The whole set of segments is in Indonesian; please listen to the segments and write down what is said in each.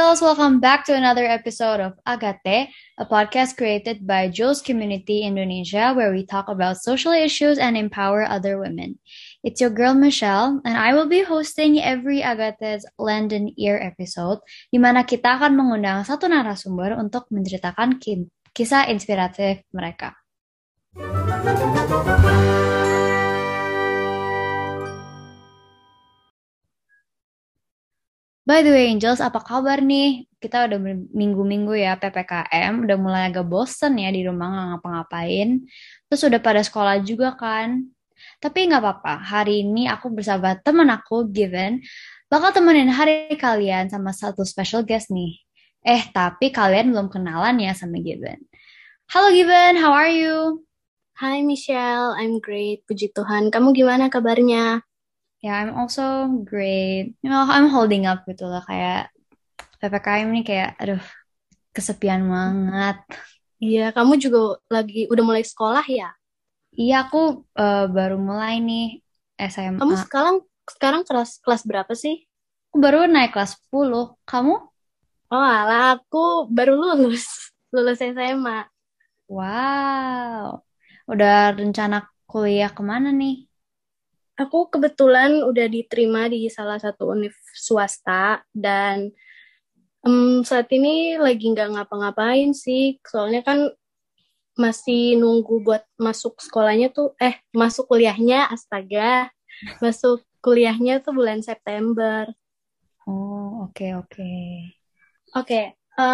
Angels, welcome back to another episode of Agate, a podcast created by Jules Community Indonesia where we talk about social issues and empower other women. It's your girl Michelle, and I will be hosting every Agate's London Ear episode, di mana kita akan mengundang satu narasumber untuk menceritakan kisah inspiratif mereka. By the way, Angels, apa kabar nih? Kita udah minggu-minggu ya PPKM, udah mulai agak bosen ya di rumah nggak ngapa-ngapain. Terus udah pada sekolah juga kan. Tapi nggak apa-apa, hari ini aku bersama temen aku, Given, bakal temenin hari kalian sama satu special guest nih. Tapi kalian belum kenalan ya sama Given. Halo Given, how are you? Hai Michelle, I'm great. Puji Tuhan. Kamu gimana kabarnya? Yeah, I'm also great. I'm holding up gitu loh, kayak PPKM ini kayak, aduh, kesepian banget. Iya, kamu juga udah mulai sekolah ya? Iya, aku baru mulai nih Kamu SMA. sekarang kelas berapa sih? Aku baru naik kelas 10. Kamu? Oh, alah, aku baru lulus SMA. Wow. Udah rencana kuliah kemana nih? Aku kebetulan udah diterima di salah satu univ swasta dan saat ini lagi nggak ngapa-ngapain sih. Soalnya kan masih nunggu buat masuk sekolahnya tuh, masuk kuliahnya, astaga, masuk kuliahnya tuh bulan September. Oh, oke, oke. Oke,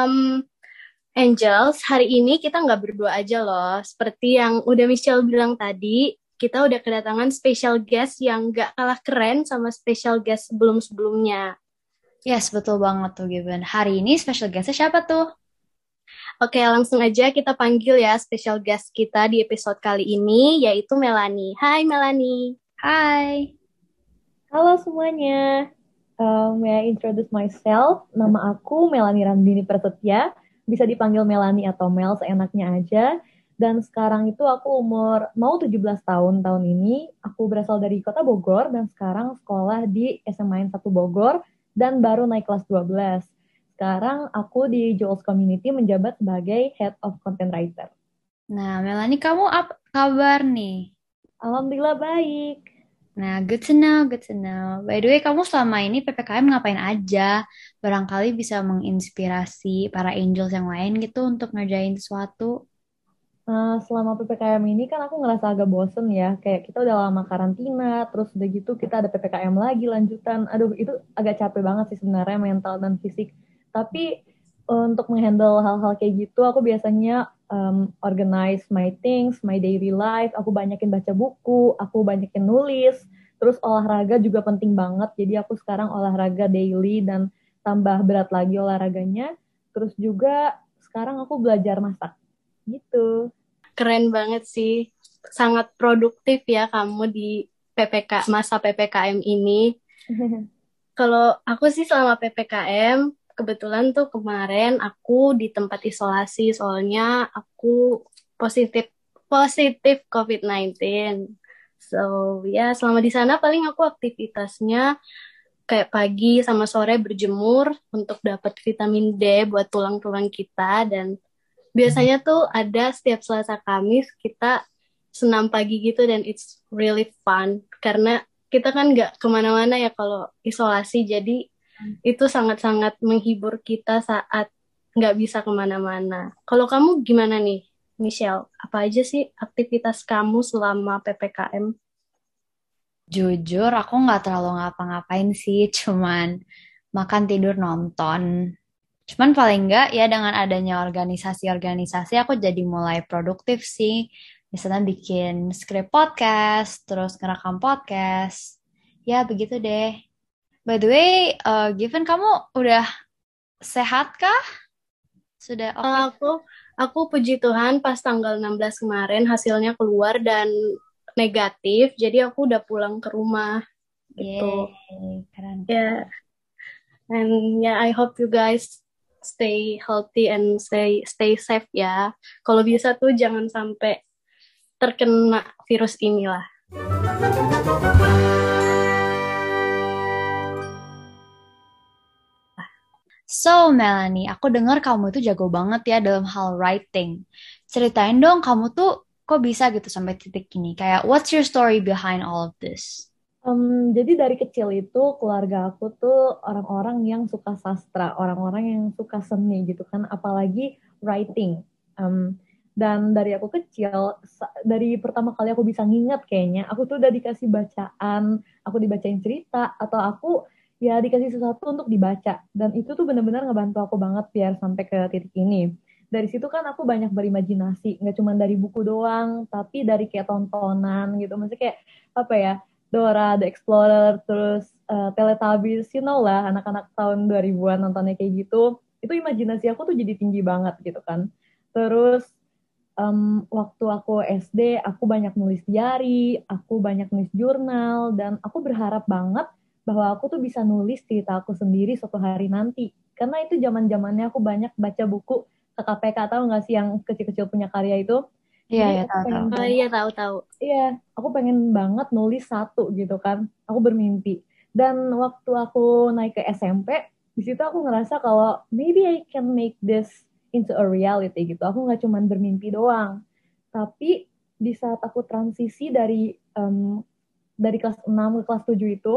Angels, hari ini kita nggak berdua aja loh. Seperti yang udah Michelle bilang tadi, kita udah kedatangan special guest yang nggak kalah keren sama special guest sebelum-sebelumnya. Yes, betul banget tuh, Given. Hari ini special guest siapa tuh? Oke, langsung aja kita panggil ya special guest kita di episode kali ini, yaitu Melanie. Hai Melanie. Hai. Halo semuanya, may I introduce myself? Nama aku Melanie Randini Prasetya, bisa dipanggil Melanie atau Mel seenaknya aja. Dan sekarang itu aku umur mau 17 tahun tahun ini. Aku berasal dari kota Bogor dan sekarang sekolah di SMA 1 Bogor dan baru naik kelas 12. Sekarang aku di Jules Community menjabat sebagai Head of Content Writer. Nah, Melanie, kamu apa kabar nih? Alhamdulillah baik. Nah, good to know, good to know. By the way, kamu selama ini PPKM ngapain aja? Barangkali bisa menginspirasi para angels yang lain gitu untuk ngerjain sesuatu. Selama PPKM ini kan aku ngerasa agak bosen ya, kayak kita udah lama karantina, terus udah gitu kita ada PPKM lagi lanjutan. Aduh, itu agak capek banget sih sebenarnya mental dan fisik. Tapi untuk menghandle hal-hal kayak gitu, aku biasanya organize my things, my daily life. Aku banyakin baca buku, aku banyakin nulis, terus olahraga juga penting banget. Jadi aku sekarang olahraga daily dan tambah berat lagi olahraganya. Terus juga sekarang aku belajar masak gitu. Keren banget sih. Sangat produktif ya kamu di masa PPKM ini. Kalau aku sih selama PPKM, kebetulan tuh kemarin aku di tempat isolasi soalnya aku positif positif COVID-19. So, ya selama di sana paling aku aktivitasnya kayak pagi sama sore berjemur untuk dapat vitamin D buat tulang-tulang kita dan biasanya tuh ada setiap Selasa Kamis kita senam pagi gitu dan it's really fun karena kita kan nggak kemana-mana ya kalau isolasi jadi itu sangat-sangat menghibur kita saat nggak bisa kemana-mana. Kalau kamu gimana nih, Michelle? Apa aja sih aktivitas kamu selama PPKM? Jujur, aku nggak terlalu ngapa-ngapain sih, cuman makan, tidur, nonton. Cuman paling nggak ya dengan adanya organisasi-organisasi, aku jadi mulai produktif sih. Misalnya bikin skrip podcast, terus ngerekam podcast. Ya, begitu deh. By the way, Given, kamu udah sehat kah? Sudah oke? Aku aku puji Tuhan pas tanggal 16 kemarin hasilnya keluar dan negatif, jadi aku udah pulang ke rumah gitu. Yeay, keren. Ya, and yeah, I hope you guys stay healthy and stay safe ya. Kalau bisa tuh jangan sampai terkena virus inilah. So, Melanie, aku dengar kamu itu jago banget ya dalam hal writing. Ceritain dong, kamu tuh kok bisa gitu sampai titik ini? Kayak, what's your story behind all of this? Jadi dari kecil itu keluarga aku tuh orang-orang yang suka sastra, orang-orang yang suka seni gitu kan, apalagi writing. Dan dari aku kecil, dari pertama kali aku bisa nginget kayaknya, aku tuh udah dikasih bacaan, aku dibacain cerita, atau aku ya dikasih sesuatu untuk dibaca. Dan itu tuh benar-benar ngebantu aku banget biar sampai ke titik ini. Dari situ kan aku banyak berimajinasi, nggak cuma dari buku doang, tapi dari kayak tontonan gitu. Maksudnya kayak apa ya? Dora the Explorer, terus Teletubbies, you know lah, anak-anak tahun 2000-an nontonnya kayak gitu. Itu imajinasi aku tuh jadi tinggi banget gitu kan. Terus waktu aku SD, aku banyak nulis diary, aku banyak nulis jurnal, dan aku berharap banget bahwa aku tuh bisa nulis cerita aku sendiri suatu hari nanti. Karena itu zaman-zamannya aku banyak baca buku KKPK, tahu nggak sih yang kecil-kecil punya karya itu. Iya, Jadi ya, aku tahu-tahu. pengen Oh banget. iya, tahu-tahu. Iya, aku pengen banget nulis satu gitu kan. Aku bermimpi. Dan waktu aku naik ke SMP, di situ aku ngerasa kalau maybe I can make this into a reality gitu. Aku nggak cuma bermimpi doang. Tapi di saat aku transisi dari kelas 6 ke kelas 7 itu,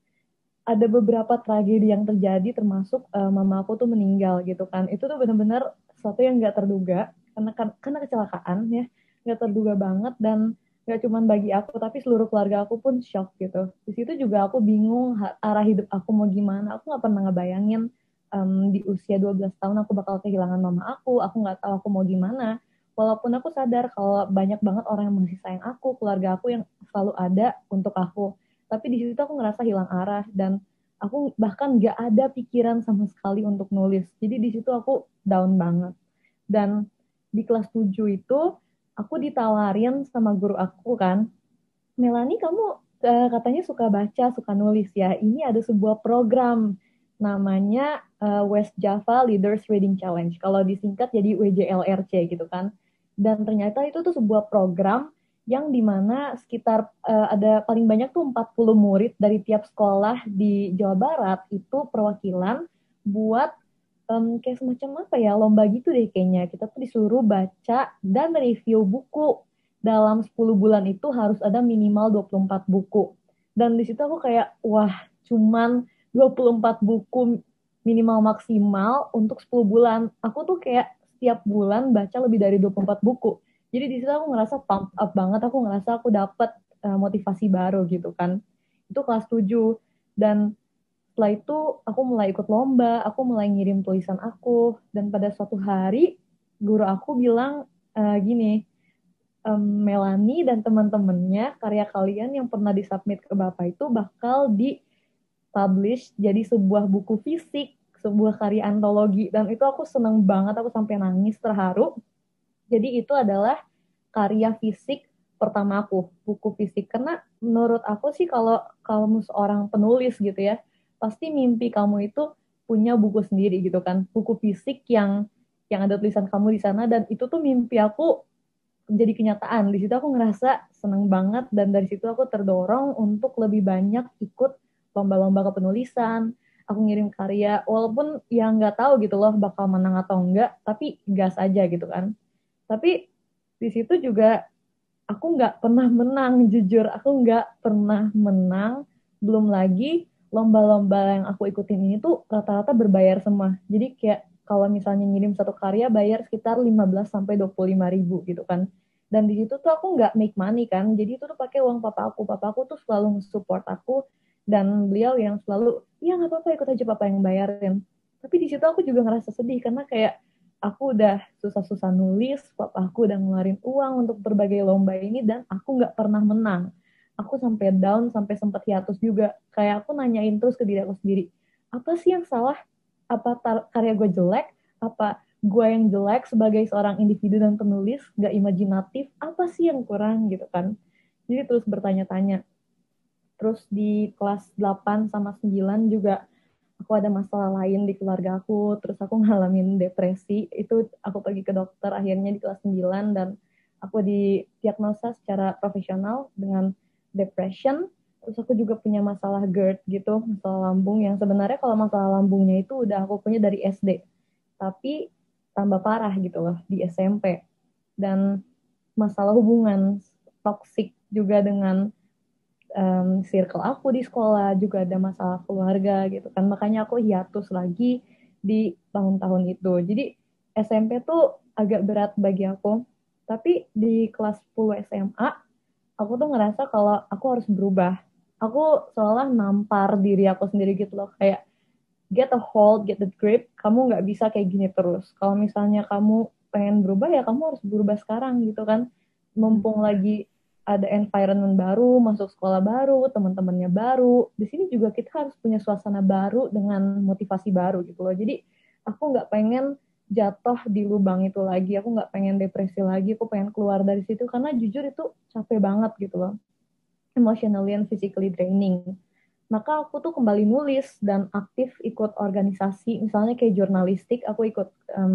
ada beberapa tragedi yang terjadi termasuk mama aku tuh meninggal gitu kan. Itu tuh benar-benar sesuatu yang nggak terduga karena kecelakaan ya, nggak terduga banget dan nggak cuma bagi aku tapi seluruh keluarga aku pun shock gitu. Di situ juga aku bingung arah hidup aku mau gimana. Aku nggak pernah ngebayangin di usia 12 tahun aku bakal kehilangan mama aku nggak tahu aku mau gimana. Walaupun aku sadar kalau banyak banget orang yang masih sayang aku, keluarga aku yang selalu ada untuk aku, tapi di situ aku ngerasa hilang arah dan aku bahkan gak ada pikiran sama sekali untuk nulis. Jadi di situ aku down banget. Dan di kelas 7 itu aku ditawarin sama guru aku kan, Melanie kamu katanya suka baca, suka nulis ya. Ini ada sebuah program namanya West Java Leaders Reading Challenge. Kalau disingkat jadi WJLRC gitu kan. Dan ternyata itu tuh sebuah program yang dimana sekitar ada paling banyak tuh 40 murid dari tiap sekolah di Jawa Barat itu perwakilan buat kayak semacam apa ya, lomba gitu deh kayaknya. Kita tuh disuruh baca dan review buku dalam 10 bulan itu harus ada minimal 24 buku. Dan di situ aku kayak, wah, cuman 24 buku minimal maksimal untuk 10 bulan. Aku tuh kayak setiap bulan baca lebih dari 24 buku. Jadi di situ aku ngerasa pump up banget, aku ngerasa aku dapet motivasi baru gitu kan. Itu kelas 7. Dan setelah itu aku mulai ikut lomba, aku mulai ngirim tulisan aku. Dan pada suatu hari, guru aku bilang gini, Melanie dan teman-temannya karya kalian yang pernah disubmit ke Bapak itu bakal dipublish jadi sebuah buku fisik, sebuah karya antologi dan itu aku seneng banget, aku sampai nangis terharu. Jadi itu adalah karya fisik pertama aku, buku fisik. Karena menurut aku sih kalau kamu seorang penulis gitu ya, pasti mimpi kamu itu punya buku sendiri gitu kan, buku fisik yang ada tulisan kamu di sana dan itu tuh mimpi aku jadi kenyataan. Di situ aku ngerasa seneng banget dan dari situ aku terdorong untuk lebih banyak ikut lomba-lomba kepenulisan. Aku ngirim karya, walaupun ya nggak tahu gitu loh bakal menang atau enggak, tapi gas aja gitu kan. Tapi di situ juga aku nggak pernah menang, jujur aku nggak pernah menang. Belum lagi lomba-lomba yang aku ikutin ini tuh rata-rata berbayar semua. Jadi kayak kalau misalnya ngirim satu karya bayar sekitar 15 sampai 25 ribu gitu kan. Dan di situ tuh aku nggak make money kan. Jadi itu tuh pakai uang papa aku. Papa aku tuh selalu support aku dan beliau yang selalu, ya nggak apa-apa ikut aja papa yang bayarin. Tapi di situ aku juga ngerasa sedih karena kayak aku udah susah-susah nulis, papa aku udah ngeluarin uang untuk berbagai lomba ini dan aku nggak pernah menang. Aku sampai down, sampai sempat hiatus juga. Kayak aku nanyain terus ke diri aku sendiri, apa sih yang salah? Apa karya gue jelek? Apa gue yang jelek sebagai seorang individu dan penulis, gak imajinatif? Apa sih yang kurang gitu kan? Jadi terus bertanya-tanya. Terus di kelas 8 sama 9 juga aku ada masalah lain di keluarga aku, terus aku ngalamin depresi, itu aku pergi ke dokter akhirnya di kelas 9 dan aku didiagnosa secara profesional dengan depression, Terus aku juga punya masalah GERD gitu, masalah lambung yang sebenarnya kalau masalah lambungnya itu udah aku punya dari SD. Tapi tambah parah gitu loh di SMP. Dan masalah hubungan toksik juga dengan circle aku di sekolah, juga ada masalah keluarga gitu kan. Makanya aku hiatus lagi di tahun-tahun itu. Jadi SMP tuh agak berat bagi aku. Tapi di kelas 10 SMA, aku tuh ngerasa kalau aku harus berubah. Aku seolah nampar diri aku sendiri gitu loh. Kayak get a hold, get the grip. Kamu nggak bisa kayak gini terus. Kalau misalnya kamu pengen berubah ya kamu harus berubah sekarang gitu kan. Mumpung lagi ada environment baru, masuk sekolah baru, teman-temannya baru. Di sini juga kita harus punya suasana baru dengan motivasi baru gitu loh. Jadi aku nggak pengen jatuh di lubang itu lagi. Aku nggak pengen depresi lagi. Aku pengen keluar dari situ karena jujur itu capek banget gitu loh. Emotionally and physically draining. Maka aku tuh kembali nulis dan aktif ikut organisasi, misalnya kayak jurnalistik, aku ikut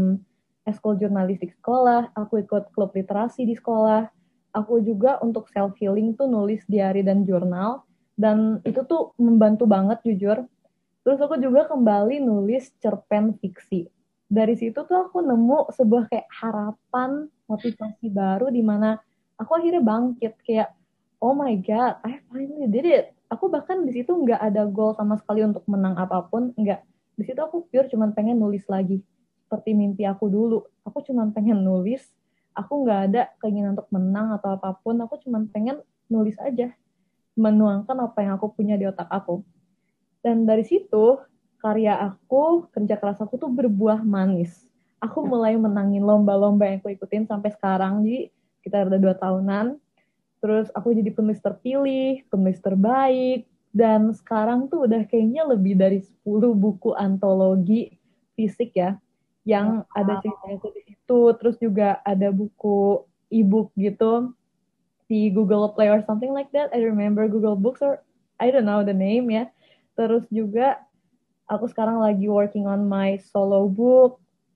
eskul jurnalistik sekolah, aku ikut klub literasi di sekolah, aku juga untuk self healing tuh nulis diary dan jurnal, dan itu tuh membantu banget jujur. Terus aku juga kembali nulis cerpen fiksi. Dari situ tuh aku nemu sebuah kayak harapan, motivasi baru di mana aku akhirnya bangkit kayak, oh my God, I finally did it. Aku bahkan di situ nggak ada goal sama sekali untuk menang apapun, nggak. Di situ aku pure cuman pengen nulis lagi, seperti mimpi aku dulu. Aku cuman pengen nulis, aku nggak ada keinginan untuk menang atau apapun. Aku cuman pengen nulis aja, menuangkan apa yang aku punya di otak aku. Dan dari situ, karya aku, kerja keras aku tuh berbuah manis. Aku mulai menangin lomba-lomba yang aku ikutin sampai sekarang. Jadi kita udah 2 tahunan. Terus aku jadi penulis terpilih, penulis terbaik. Dan sekarang tuh udah kayaknya lebih dari 10 buku antologi fisik ya. Yang ada ceritanya di situ. Terus juga ada buku e-book gitu di Google Play or something like that. I remember Google Books or I don't know the name ya. Terus juga aku sekarang lagi working on my solo book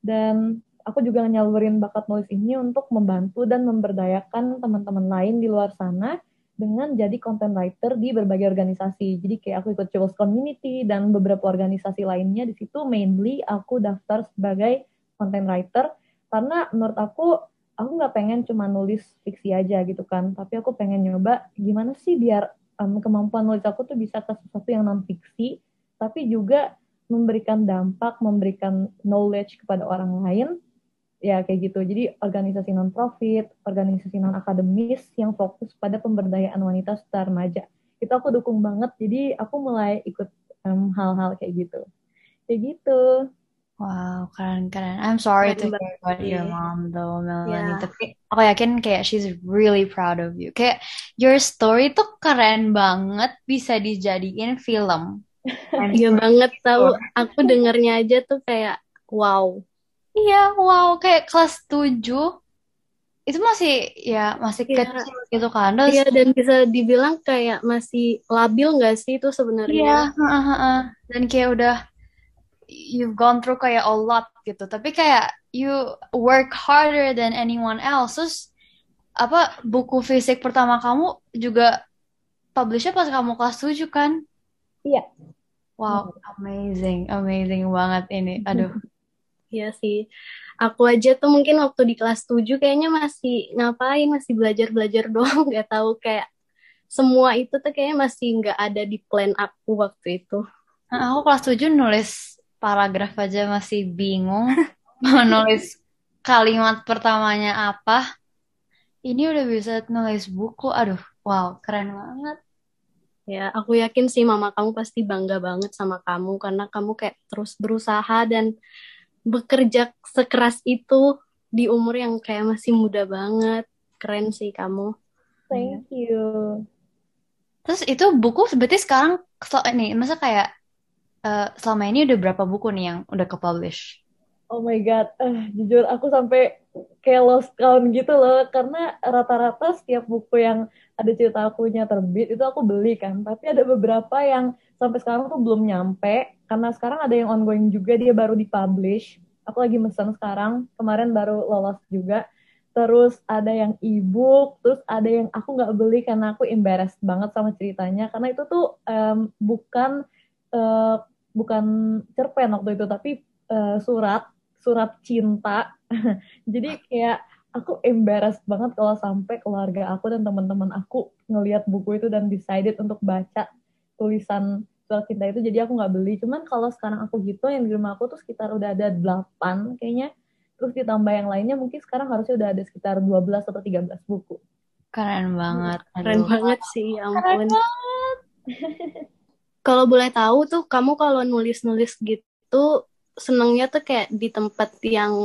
dan aku juga nyalurin bakat nulis ini untuk membantu dan memberdayakan teman-teman lain di luar sana dengan jadi content writer di berbagai organisasi. Jadi kayak aku ikut Jules Community dan beberapa organisasi lainnya di situ mainly aku daftar sebagai content writer karena menurut aku nggak pengen cuma nulis fiksi aja gitu kan, tapi aku pengen nyoba gimana sih biar kemampuan nulis aku tuh bisa ke sesuatu yang non fiksi, tapi juga memberikan dampak, memberikan knowledge kepada orang lain, ya kayak gitu. Jadi organisasi non-profit, organisasi non-akademis yang fokus pada pemberdayaan wanita serta remaja. Itu aku dukung banget, jadi aku mulai ikut hal-hal kayak gitu. Kayak gitu. Wow, keren-keren. I'm sorry to Keren hear banget about sih. your mom though, Melanie. Ya, Tapi aku yakin kayak she's really proud of you. Kayak your story tuh keren banget bisa dijadiin film. I'm iya banget tahu. sure. Aku dengernya aja tuh kayak wow. Iya, wow, kayak kelas 7 itu masih ya masih Ya, kecil gitu kan. Terus iya dan bisa dibilang kayak masih labil nggak sih itu iya, sebenarnya? dan kayak udah you've gone through kayak a lot gitu. Tapi kayak you work harder than anyone else. Terus apa buku fisik pertama kamu juga publishnya pas kamu kelas 7 kan? Iya. Wow, amazing, amazing banget ini. Aduh. Iya sih. Aku aja tuh mungkin waktu di kelas 7 kayaknya masih ngapain, masih belajar-belajar doang, nggak tahu kayak semua itu tuh kayaknya masih nggak ada di plan aku waktu itu. Nah, aku kelas 7 nulis paragraf aja masih bingung. Mau nulis kalimat pertamanya apa. Ini udah bisa nulis buku. Aduh, wow, keren banget. Ya, aku yakin sih mama kamu pasti bangga banget sama kamu karena kamu kayak terus berusaha dan bekerja sekeras itu di umur yang kayak masih muda banget. Keren sih kamu. Iya. Thank you. Terus itu buku berarti sekarang nih, masa kayak selama ini udah berapa buku nih yang udah ke-publish? Oh my God, jujur aku sampai kayak lost count gitu loh, karena rata-rata setiap buku yang ada cerita akunya terbit itu aku beli kan, tapi ada beberapa yang sampai sekarang tuh belum nyampe, karena sekarang ada yang ongoing juga, dia baru dipublish, aku lagi mesen sekarang, kemarin baru lolos juga, terus ada yang e-book, terus ada yang aku nggak beli karena aku embarrassed banget sama ceritanya, karena itu tuh eh, bukan cerpen waktu itu, tapi surat surat cinta. Jadi kayak aku embarrassed banget kalau sampai keluarga aku dan teman-teman aku ngelihat buku itu dan decided untuk baca tulisan surat cinta itu. Jadi aku nggak beli. Cuman kalau sekarang aku gitu, yang di rumah aku tuh sekitar udah ada 8 kayaknya. Terus ditambah yang lainnya, mungkin sekarang harusnya udah ada sekitar 12 atau 13 buku. Keren banget. Keren Aduh. banget sih, ya Keren ampun. banget. Kalau boleh tahu tuh, kamu kalau nulis-nulis gitu, senangnya tuh kayak di tempat yang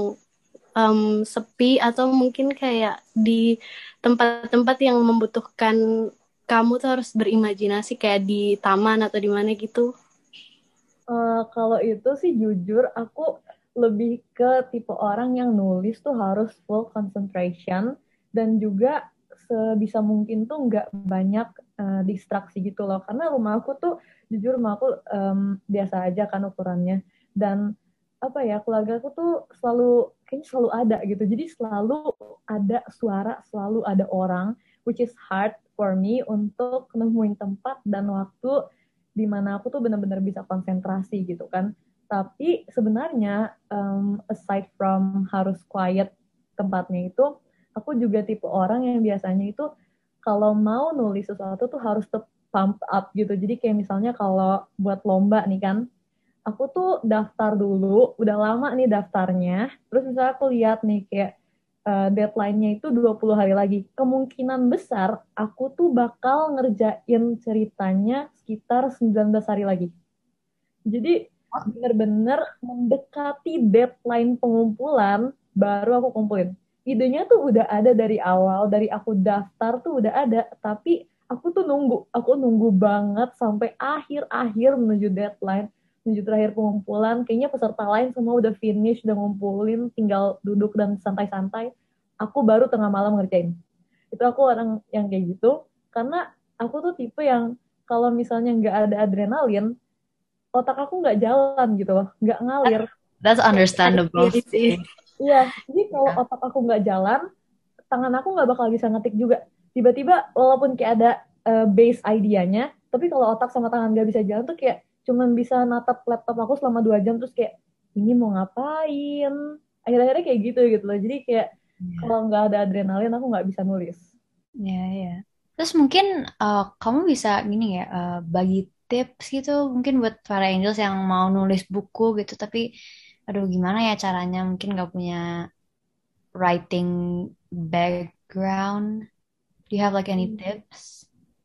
sepi atau mungkin kayak di tempat-tempat yang membutuhkan kamu tuh harus berimajinasi kayak di taman atau di mana gitu. Kalau itu sih jujur aku lebih ke tipe orang yang nulis tuh harus full concentration, dan juga sebisa mungkin tuh nggak banyak distraksi gitu loh, karena rumah aku tuh jujur rumah aku biasa aja kan ukurannya, dan apa ya, keluarga aku tuh kayaknya selalu ada gitu, jadi selalu ada suara, selalu ada orang, which is hard for me untuk nemuin tempat dan waktu di mana aku tuh benar-benar bisa konsentrasi gitu kan. Tapi sebenarnya aside from harus quiet tempatnya itu, aku juga tipe orang yang biasanya itu kalau mau nulis sesuatu tuh harus pump up gitu. Jadi kayak misalnya kalau buat lomba nih kan, aku tuh daftar dulu, udah lama nih daftarnya, terus misalnya aku lihat nih kayak deadline-nya itu 20 hari lagi. Kemungkinan besar aku tuh bakal ngerjain ceritanya sekitar 19 hari lagi. Jadi bener-bener mendekati deadline pengumpulan baru aku kumpulin. Idenya tuh udah ada dari awal, dari aku daftar tuh udah ada, tapi aku nunggu banget sampai akhir-akhir menuju deadline, menuju terakhir pengumpulan. Kayaknya peserta lain semua udah finish, udah ngumpulin, tinggal duduk dan santai-santai. Aku baru tengah malam ngerjain. Itu aku orang yang kayak gitu, karena aku tuh tipe yang kalau misalnya nggak ada adrenalin, otak aku nggak jalan gitu loh, nggak ngalir. That's understandable Iya sih. sih. Iya, jadi kalau otak aku nggak jalan, tangan aku nggak bakal bisa ngetik juga. Tiba-tiba walaupun kayak ada base idenya, tapi kalau otak sama tangan nggak bisa jalan tuh kayak cuman bisa natap laptop aku selama 2 jam, terus kayak ini mau ngapain? Akhir-akhirnya kayak gitu gitu loh. Jadi kayak kalau nggak ada adrenalin aku nggak bisa nulis. Ya, ya. Terus mungkin kamu bisa gini ya, bagi tips gitu mungkin buat para angels yang mau nulis buku gitu, tapi aduh gimana ya caranya, mungkin nggak punya writing background. Do you have like any tips?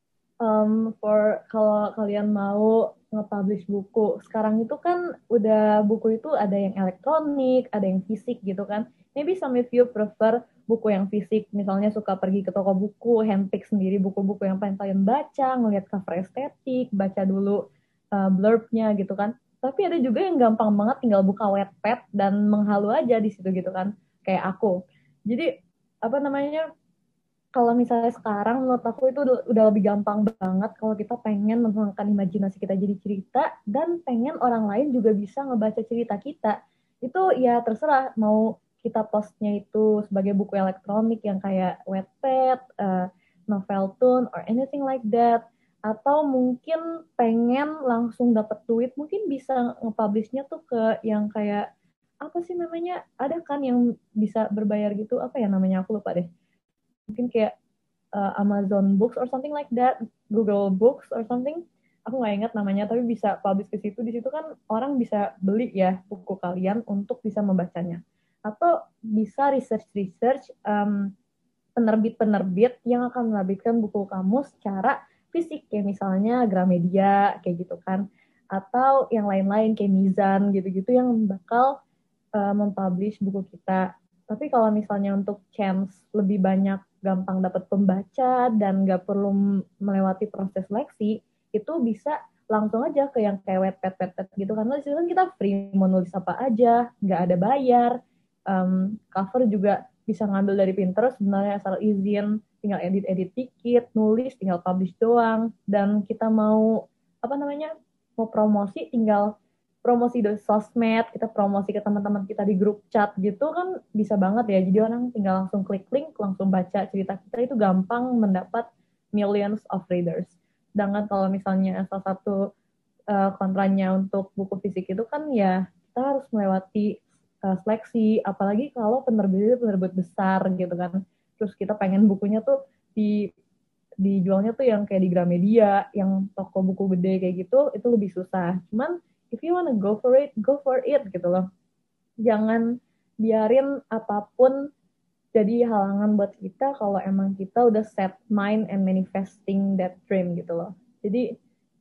For kalau kalian mau nge-publish buku, sekarang itu kan udah buku itu ada yang elektronik, ada yang fisik gitu kan. Maybe some of you prefer buku yang fisik, misalnya suka pergi ke toko buku, handpick sendiri buku-buku yang pengen kalian baca, ngeliat cover estetik, baca dulu blurbnya gitu kan. Tapi ada juga yang gampang banget tinggal buka Wattpad dan menghalu aja di situ gitu kan, kayak aku. Jadi apa namanya, kalau misalnya sekarang menurut aku itu udah lebih gampang banget kalau kita pengen menuangkan imajinasi kita jadi cerita dan pengen orang lain juga bisa ngebaca cerita kita. Itu ya terserah mau kita postnya itu sebagai buku elektronik yang kayak Wattpad, Noveltoon, or anything like that. Atau mungkin pengen langsung dapat duit, mungkin bisa nge-publishnya tuh ke yang kayak apa sih namanya? Ada kan yang bisa berbayar gitu, apa ya namanya, aku lupa deh, mungkin kayak Amazon Books or something like that, Google Books or something. Aku nggak ingat namanya, tapi bisa publish ke situ. Di situ kan orang bisa beli ya buku kalian untuk bisa membacanya. Atau bisa research penerbit-penerbit yang akan menerbitkan buku kamu secara fisik, kayak misalnya Gramedia, kayak gitu kan. Atau yang lain-lain kayak Mizan, gitu-gitu yang bakal mempublish buku kita. Tapi kalau misalnya untuk chance lebih banyak gampang dapat pembaca dan nggak perlu melewati proses seleksi, itu bisa langsung aja ke yang kayak Wattpad gitu, karena di situ kan kita free mau nulis apa aja, nggak ada bayar. Cover juga bisa ngambil dari Pinterest sebenarnya asal izin, tinggal edit-edit dikit, nulis tinggal publish doang, dan kita mau apa namanya, mau promosi tinggal promosi di sosmed, kita promosi ke teman-teman kita di grup chat gitu kan bisa banget ya. Jadi orang tinggal langsung klik link, langsung baca cerita kita, itu gampang mendapat millions of readers. Sedangkan kalau misalnya salah satu kontranya untuk buku fisik itu kan ya kita harus melewati seleksi, apalagi kalau penerbit besar gitu kan. Terus kita pengen bukunya tuh dijualnya tuh yang kayak di Gramedia, yang toko buku gede kayak gitu, itu lebih susah. Cuman if you wanna go for it gitu loh. Jangan biarin apapun jadi halangan buat kita kalau emang kita udah set mind and manifesting that dream gitu loh. Jadi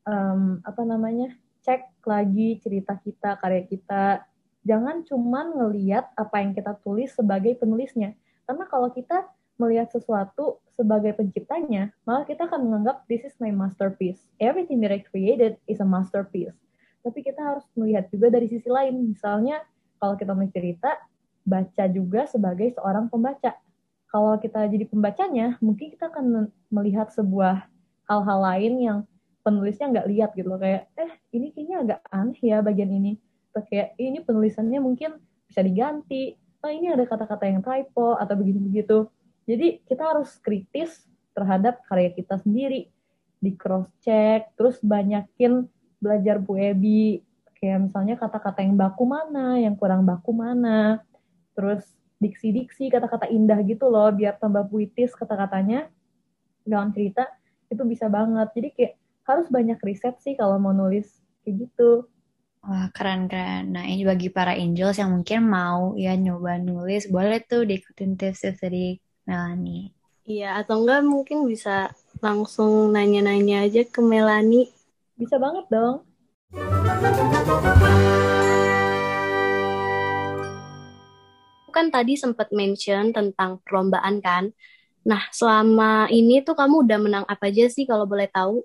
cek lagi cerita kita, karya kita. Jangan cuman ngeliat apa yang kita tulis sebagai penulisnya. Karena kalau kita melihat sesuatu sebagai penciptanya, malah kita akan menganggap this is my masterpiece. Everything that I created is a masterpiece. Tapi kita harus melihat juga dari sisi lain. Misalnya kalau kita mau cerita, baca juga sebagai seorang pembaca. Kalau kita jadi pembacanya, mungkin kita akan melihat sebuah hal-hal lain yang penulisnya nggak lihat gitu loh. Kayak, ini kayaknya agak aneh ya bagian ini. Atau kayak, ini penulisannya mungkin bisa diganti. Oh, ini ada kata-kata yang typo, atau begini-begitu. Jadi, kita harus kritis terhadap karya kita sendiri. Di cross-check, terus banyakin belajar Bu Ebi. Kayak misalnya kata-kata yang baku mana, yang kurang baku mana. Terus diksi-diksi, kata-kata indah gitu loh, biar tambah puitis kata-katanya dalam cerita, itu bisa banget. Jadi kayak harus banyak riset sih kalau mau nulis kayak gitu. Wah, keren-keren. Nah, ini bagi para angels yang mungkin mau ya nyoba nulis, boleh tuh diikutin tips-tips dari Melanie. Iya, atau enggak mungkin bisa langsung nanya-nanya aja ke Melanie. Bisa banget dong. Kan tadi sempat mention tentang perlombaan kan. Nah, selama ini tuh kamu udah menang apa aja sih kalau boleh tahu?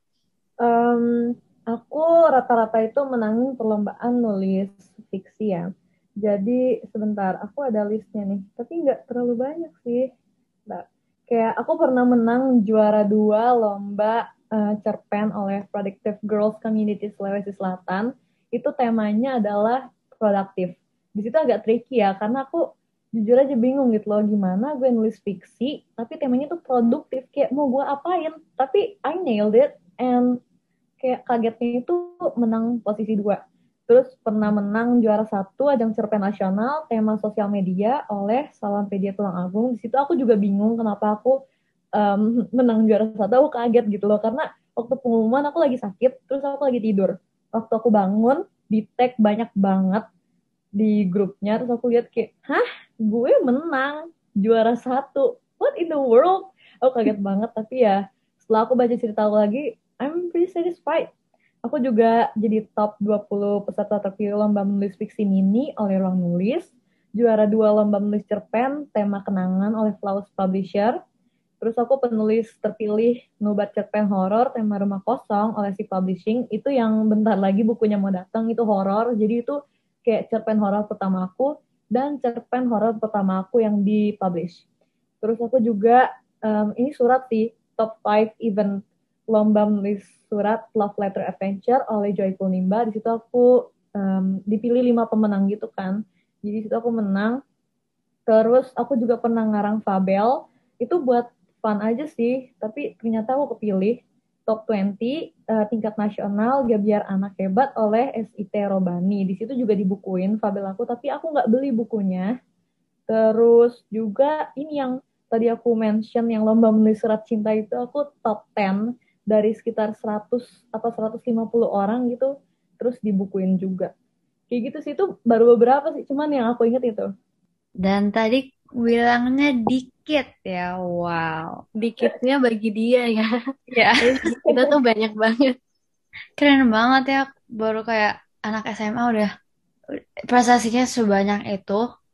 Aku rata-rata itu menangin perlombaan nulis fiksi ya. Jadi sebentar, aku ada listnya nih. Tapi nggak terlalu banyak sih. Nah, kayak aku pernah menang juara 2 lomba cerpen oleh Productive Girls Community Sulawesi Selatan. Itu temanya adalah produktif. Di situ agak tricky ya, karena aku jujur aja bingung gitu loh, gimana gue nulis fiksi, tapi temanya tuh produktif, kayak mau gue apain, tapi I nailed it, and kayak kagetnya itu menang posisi 2. Terus pernah menang juara 1 ajang cerpen nasional tema sosial media oleh Salampedia Tulungagung. Di situ aku juga bingung kenapa aku menang juara 1. Aku kaget gitu loh, karena waktu pengumuman aku lagi sakit, terus aku lagi tidur. Waktu aku bangun, di tag banyak banget di grupnya, terus aku lihat kayak, gue menang juara 1. What in the world? Aku kaget banget, tapi ya setelah aku baca cerita aku lagi, I'm pretty satisfied. Aku juga jadi top 20 peserta terpilih lomba menulis fiksi mini oleh Ruang Nulis, juara 2 lomba menulis cerpen tema kenangan oleh Flaus Publisher. Terus aku penulis terpilih nubat cerpen horor tema Rumah Kosong oleh Si Publishing. Itu yang bentar lagi bukunya mau datang, itu horor. Jadi itu kayak cerpen horor pertama aku dan cerpen horor pertama aku yang dipublish. Terus aku juga ini surat sih, top 5 event lomba menulis surat Love Letter Adventure oleh Joyful Nimba. Di situ aku dipilih 5 pemenang gitu kan. Jadi di situ aku menang. Terus aku juga pernah ngarang fabel. Itu buat fun aja sih, tapi ternyata aku kepilih top 20 tingkat nasional Gabiar Anak Hebat oleh SIT Robani. Di situ juga dibukuin fabel aku, tapi aku nggak beli bukunya. Terus juga ini yang tadi aku mention, yang lomba menulis surat cinta itu aku top 10 dari sekitar 100 atau 150 orang gitu, terus dibukuin juga. Kayak gitu sih, itu baru beberapa sih, cuman yang aku inget itu. Dan tadi bilangnya dikit ya, wow. Dikitnya bagi dia ya. Ya, Kita tuh banyak banget. keren banget ya. Baru kayak anak SMA udah prestasinya sebanyak itu.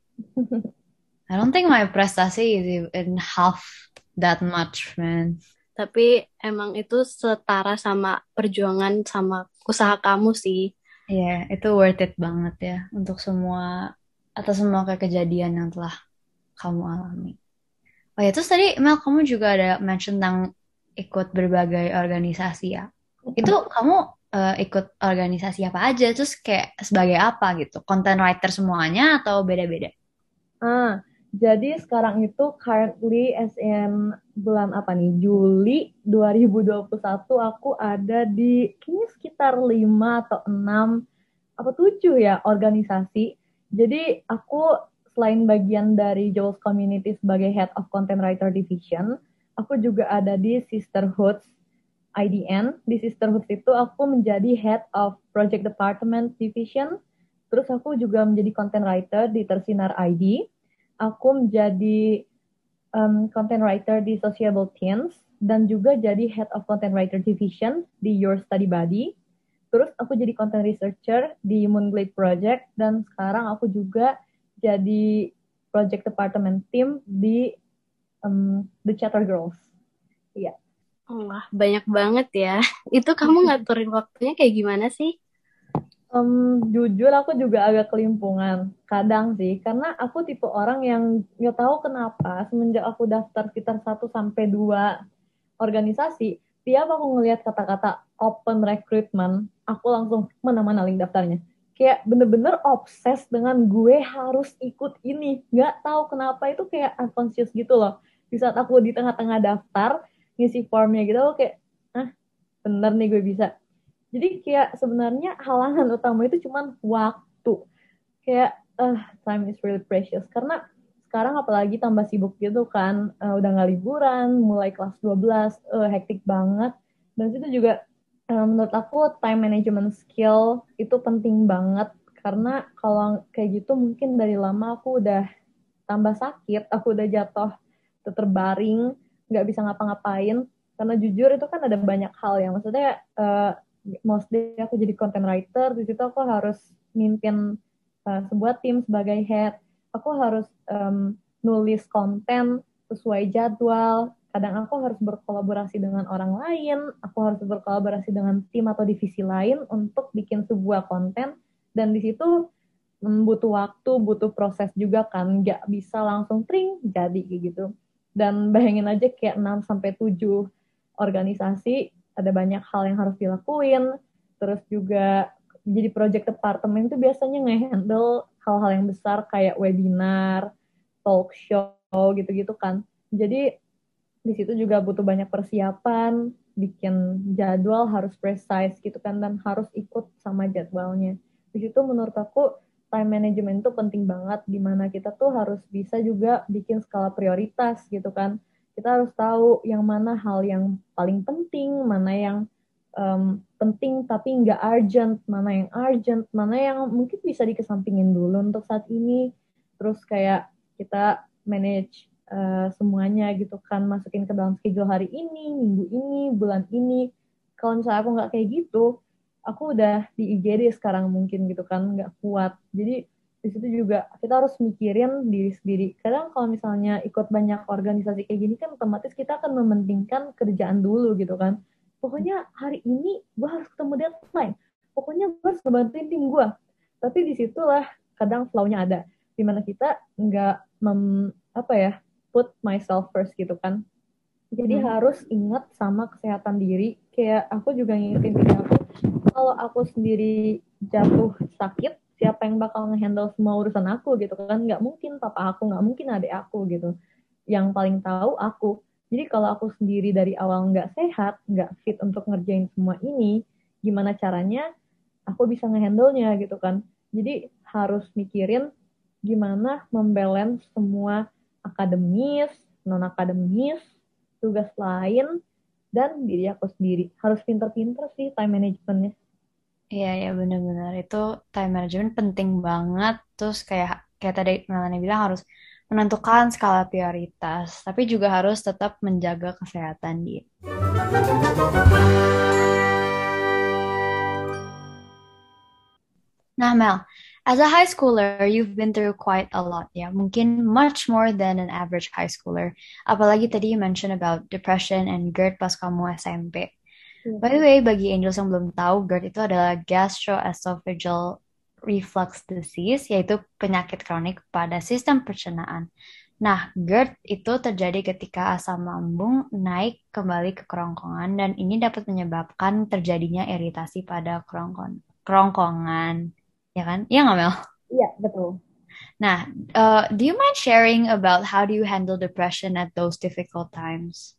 I don't think my prestasi is even half that much, man. Tapi emang itu setara sama perjuangan sama usaha kamu sih. Iya, itu worth it banget ya untuk semua atas semua kejadian yang telah kamu alami. Oh ya, terus tadi Mel kamu juga ada mention tentang ikut berbagai organisasi ya. Itu kamu ikut organisasi apa aja, terus kayak sebagai apa gitu, content writer semuanya atau beda-beda? Ah, jadi sekarang itu currently as in bulan apa nih? Juli 2021 aku ada di kayaknya sekitar 5 atau 6 apa 7 ya organisasi. Jadi aku selain bagian dari Jules Community sebagai Head of Content Writer Division, aku juga ada di Sisterhoods IDN. Di Sisterhoods itu aku menjadi Head of Project Department Division. Terus aku juga menjadi content writer di Tersinar ID. Aku menjadi content writer di Sociable Teens dan juga jadi Head of Content Writer Division di Your Study Buddy. Terus aku jadi content researcher di Moonglade Project dan sekarang aku juga jadi project department team di The Chatter Girls. Iya. Wah, banyak banget ya. Itu kamu ngaturin waktunya kayak gimana sih? Jujur aku juga agak kelimpungan kadang sih karena aku tipe orang yang nggak tahu kenapa semenjak aku daftar sekitar 1 sampai 2 organisasi, tiap aku ngelihat kata-kata open recruitment, aku langsung mana-mana link daftarnya. Kayak bener-bener obses dengan gue harus ikut ini. Nggak tahu kenapa itu kayak unconscious gitu loh. Di saat aku di tengah-tengah daftar, ngisi formnya gitu, aku kayak, ah bener nih gue bisa. Jadi kayak sebenarnya halangan utama itu cuma waktu. Kayak, time is really precious. Karena sekarang apalagi tambah sibuk gitu kan, udah nggak liburan, mulai kelas 12, hektik banget. Dan itu juga menurut aku time management skill itu penting banget. Karena kalau kayak gitu mungkin dari lama aku udah tambah sakit, aku udah jatuh terbaring, nggak bisa ngapa-ngapain. Karena jujur itu kan ada banyak hal yang maksudnya mostly aku jadi content writer, di situ aku harus mimpin sebuah tim sebagai head. Aku harus nulis konten sesuai jadwal. Kadang aku harus berkolaborasi dengan orang lain, aku harus berkolaborasi dengan tim atau divisi lain untuk bikin sebuah konten. Dan di situ butuh waktu, butuh proses juga kan, nggak bisa langsung tring jadi kayak gitu. Dan bayangin aja kayak 6 sampai 7 organisasi, ada banyak hal yang harus dilakuin. Terus juga jadi project department itu biasanya nge-handle hal-hal yang besar kayak webinar, talk show gitu-gitu kan. Jadi di situ juga butuh banyak persiapan, bikin jadwal harus precise gitu kan dan harus ikut sama jadwalnya. Di situ menurut aku time management itu penting banget di mana kita tuh harus bisa juga bikin skala prioritas gitu kan. Kita harus tahu yang mana hal yang paling penting, mana yang penting tapi nggak urgent, mana yang mungkin bisa dikesampingin dulu untuk saat ini. Terus kayak kita manage semuanya gitu kan, masukin ke dalam schedule hari ini, minggu ini, bulan ini. Kalau misalnya aku nggak kayak gitu, aku udah di IGD sekarang mungkin gitu kan, nggak kuat. Jadi di situ juga kita harus mikirin diri sendiri. Kadang kalau misalnya ikut banyak organisasi kayak gini kan otomatis kita akan mementingkan kerjaan dulu gitu kan. Pokoknya hari ini gue harus ketemu deadline. Pokoknya gue harus ngebantuin tim gue. Tapi disitulah kadang flow-nya ada. Dimana kita nggak apa ya, put myself first gitu kan. Jadi harus ingat sama kesehatan diri. Kayak aku juga ngingetin diri aku, kalau aku sendiri jatuh sakit, siapa yang bakal ngehandle semua urusan aku gitu kan. Nggak mungkin papa aku, nggak mungkin adik aku gitu. Yang paling tahu aku. Jadi kalau aku sendiri dari awal nggak sehat, nggak fit untuk ngerjain semua ini, gimana caranya aku bisa ngehandle-nya gitu kan. Jadi harus mikirin gimana membalance semua akademis, non-akademis, tugas lain, dan diri aku sendiri. Harus pinter-pinter sih time managementnya. Iya, ya benar-benar itu time management penting banget. Terus kayak kayak tadi Melanie bilang harus menentukan skala prioritas, tapi juga harus tetap menjaga kesehatan diri. Nah, Mel, as a high schooler, you've been through quite a lot, ya. Mungkin much more than an average high schooler. Apalagi tadi you mentioned about depression and GERD pas kamu SMP. By the way, bagi Angels yang belum tahu, GERD itu adalah gastroesophageal reflux disease, yaitu penyakit kronik pada sistem pencernaan. Nah, GERD itu terjadi ketika asam lambung naik kembali ke kerongkongan dan ini dapat menyebabkan terjadinya iritasi pada kerongkongan. Ya kan? Iya nggak, Mel? Iya, betul. Nah, do you mind sharing about how do you handle depression at those difficult times?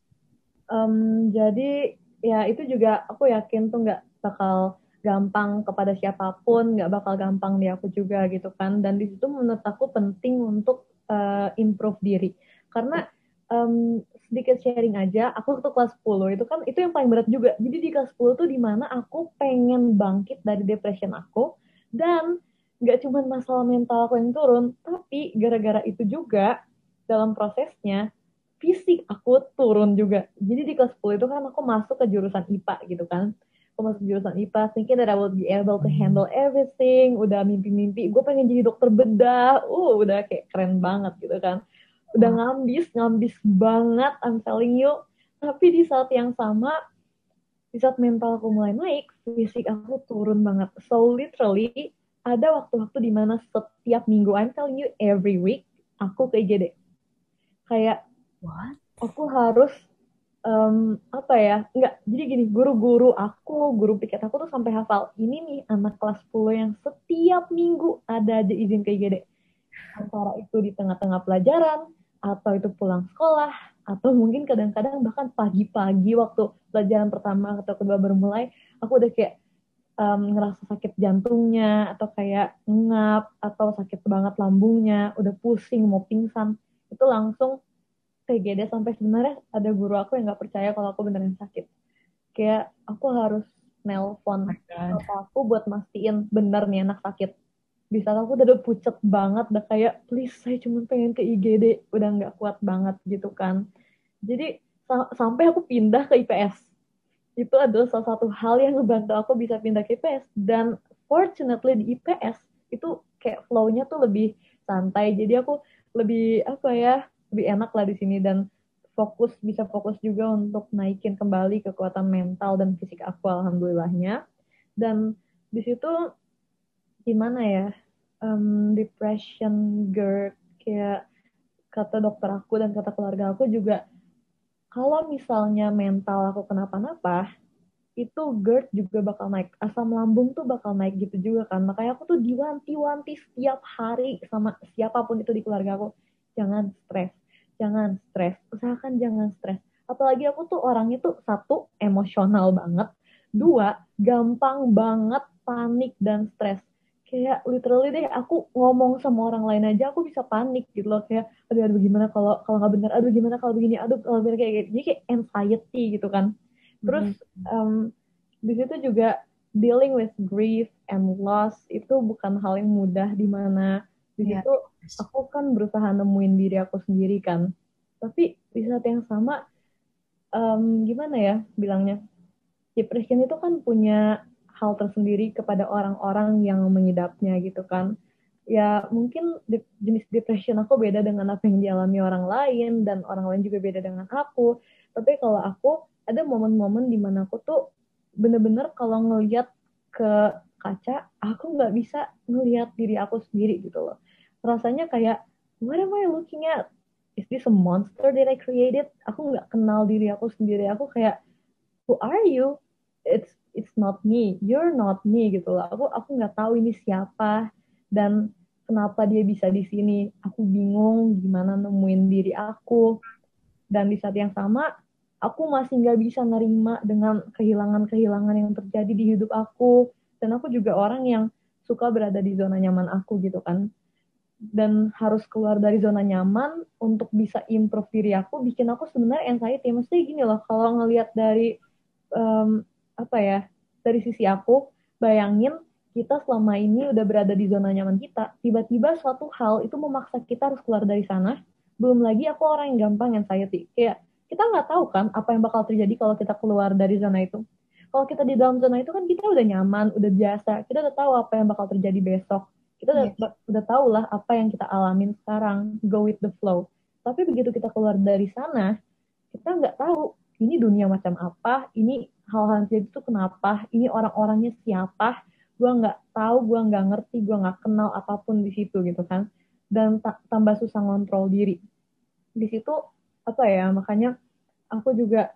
Jadi ya itu juga aku yakin tuh nggak bakal gampang kepada siapapun, nggak bakal gampang di aku juga gitu kan. Dan di situ menurut aku penting untuk improve diri. Karena sedikit sharing aja, aku waktu kelas 10 itu kan itu yang paling berat juga. Jadi di kelas 10 tuh dimana aku pengen bangkit dari depression aku dan nggak cuma masalah mental aku yang turun, tapi gara-gara itu juga dalam prosesnya fisik aku turun juga. Jadi di kelas 10 itu kan aku masuk ke jurusan IPA gitu kan. Aku masuk jurusan IPA thinking that I will be able to handle everything. Udah mimpi-mimpi, gue pengen jadi dokter bedah. Udah kayak keren banget gitu kan. Udah Wah, ngambis banget, I'm telling you. Tapi di saat yang sama, di saat mental aku mulai naik, fisik aku turun banget. So literally, ada waktu-waktu dimana setiap minggu, I'm telling you every week, aku ke IGD. Kayak what? aku harus apa ya, nggak, jadi gini, guru-guru aku, guru piket aku tuh sampai hafal ini nih anak kelas 10 yang setiap minggu ada aja izin ke IGD, antara itu di tengah-tengah pelajaran atau itu pulang sekolah atau mungkin kadang-kadang bahkan pagi-pagi waktu pelajaran pertama atau kedua baru mulai, aku udah kayak ngerasa sakit jantungnya atau kayak ngap atau sakit banget lambungnya, udah pusing mau pingsan, itu langsung PGD. Sampai sebenarnya ada guru aku yang nggak percaya kalau aku beneran sakit. Kayak aku harus nelpon My God. papa aku buat mastiin bener nih anak sakit. Di saat aku udah pucet banget, udah kayak please saya cuma pengen ke IGD, udah nggak kuat banget gitu kan. Jadi sampai aku pindah ke IPS. Itu adalah salah satu hal yang ngebantu aku bisa pindah ke IPS. Dan fortunately di IPS itu kayak flow-nya tuh lebih santai. Jadi aku lebih apa ya, lebih enak lah di sini dan bisa fokus juga untuk naikin kembali kekuatan mental dan fisik aku alhamdulillahnya. Dan di situ gimana ya, depression, GERD, kayak kata dokter aku dan kata keluarga aku juga, kalau misalnya mental aku kenapa-napa, itu GERD juga bakal naik. Asam lambung tuh bakal naik gitu juga kan. Makanya aku tuh diwanti-wanti setiap hari sama siapapun itu di keluarga aku. Jangan stres. Jangan stres. Usahakan jangan stres. Apalagi aku tuh orangnya tuh satu, emosional banget. Dua, gampang banget panik dan stres. Kayak literally deh aku ngomong sama orang lain aja aku bisa panik gitu loh, kayak aduh gimana kalau kalau nggak benar, aduh gimana kalau begini, aduh kalau benar kayak gitu. Jadi kayak anxiety gitu kan. Terus Mhm. di situ juga dealing with grief and loss itu bukan hal yang mudah, di mana di Iya. situ aku kan berusaha nemuin diri aku sendiri kan, tapi di saat yang sama gimana ya bilangnya, depression itu kan punya hal tersendiri kepada orang-orang yang mengidapnya gitu kan. Ya mungkin jenis depression aku beda dengan apa yang dialami orang lain dan orang lain juga beda dengan aku. Tapi kalau aku ada momen-momen di mana aku tuh bener-bener kalau ngelihat ke kaca, aku nggak bisa ngelihat diri aku sendiri gitu loh. Rasanya kayak, what am I looking at? Is this a monster that I created? Aku nggak kenal diri aku sendiri. Aku kayak, who are you? It's not me, you're not me gitu loh. Aku nggak tahu ini siapa dan kenapa dia bisa di sini. Aku bingung gimana nemuin diri aku. Dan di saat yang sama aku masih nggak bisa nerima dengan kehilangan-kehilangan yang terjadi di hidup aku. Dan aku juga orang yang suka berada di zona nyaman aku gitu kan, dan harus keluar dari zona nyaman untuk bisa improve diri aku, bikin aku sebenarnya anxiety. Mesti gini loh, kalau ngelihat dari um, apa ya, dari sisi aku, bayangin kita selama ini udah berada di zona nyaman kita, tiba-tiba suatu hal itu memaksa kita harus keluar dari sana. Belum lagi aku orang yang gampang anxiety, kayak kita nggak tahu kan apa yang bakal terjadi kalau kita keluar dari zona itu. Kalau kita di dalam zona itu kan kita udah nyaman, udah biasa, kita udah tahu apa yang bakal terjadi besok, kita Iya. udah tahu lah apa yang kita alamin sekarang, go with the flow. Tapi begitu kita keluar dari sana, kita nggak tahu ini dunia macam apa, ini hal-hal yang terjadi itu kenapa, ini orang-orangnya siapa, gue nggak tahu, gue nggak ngerti, gue nggak kenal apapun di situ gitu kan. Dan tambah susah ngontrol diri. di situ apa ya, makanya aku juga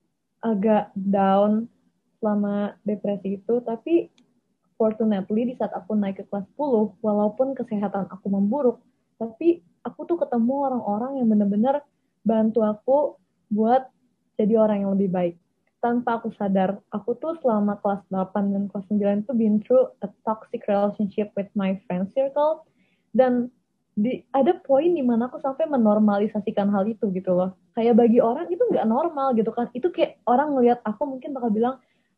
agak down selama depresi itu. Tapi fortunately di saat aku naik ke kelas 10, walaupun kesehatan aku memburuk, tapi aku tuh ketemu orang-orang yang benar-benar bantu aku buat jadi orang yang lebih baik. Tanpa aku sadar, aku tuh selama kelas 8 dan kelas 9 tuh been through a toxic relationship with my friend circle. Dan ada poin di mana aku sampai menormalisasikan hal itu gitu loh. Kayak bagi orang itu nggak normal gitu kan. Itu kayak orang ngelihat aku mungkin bakal bilang,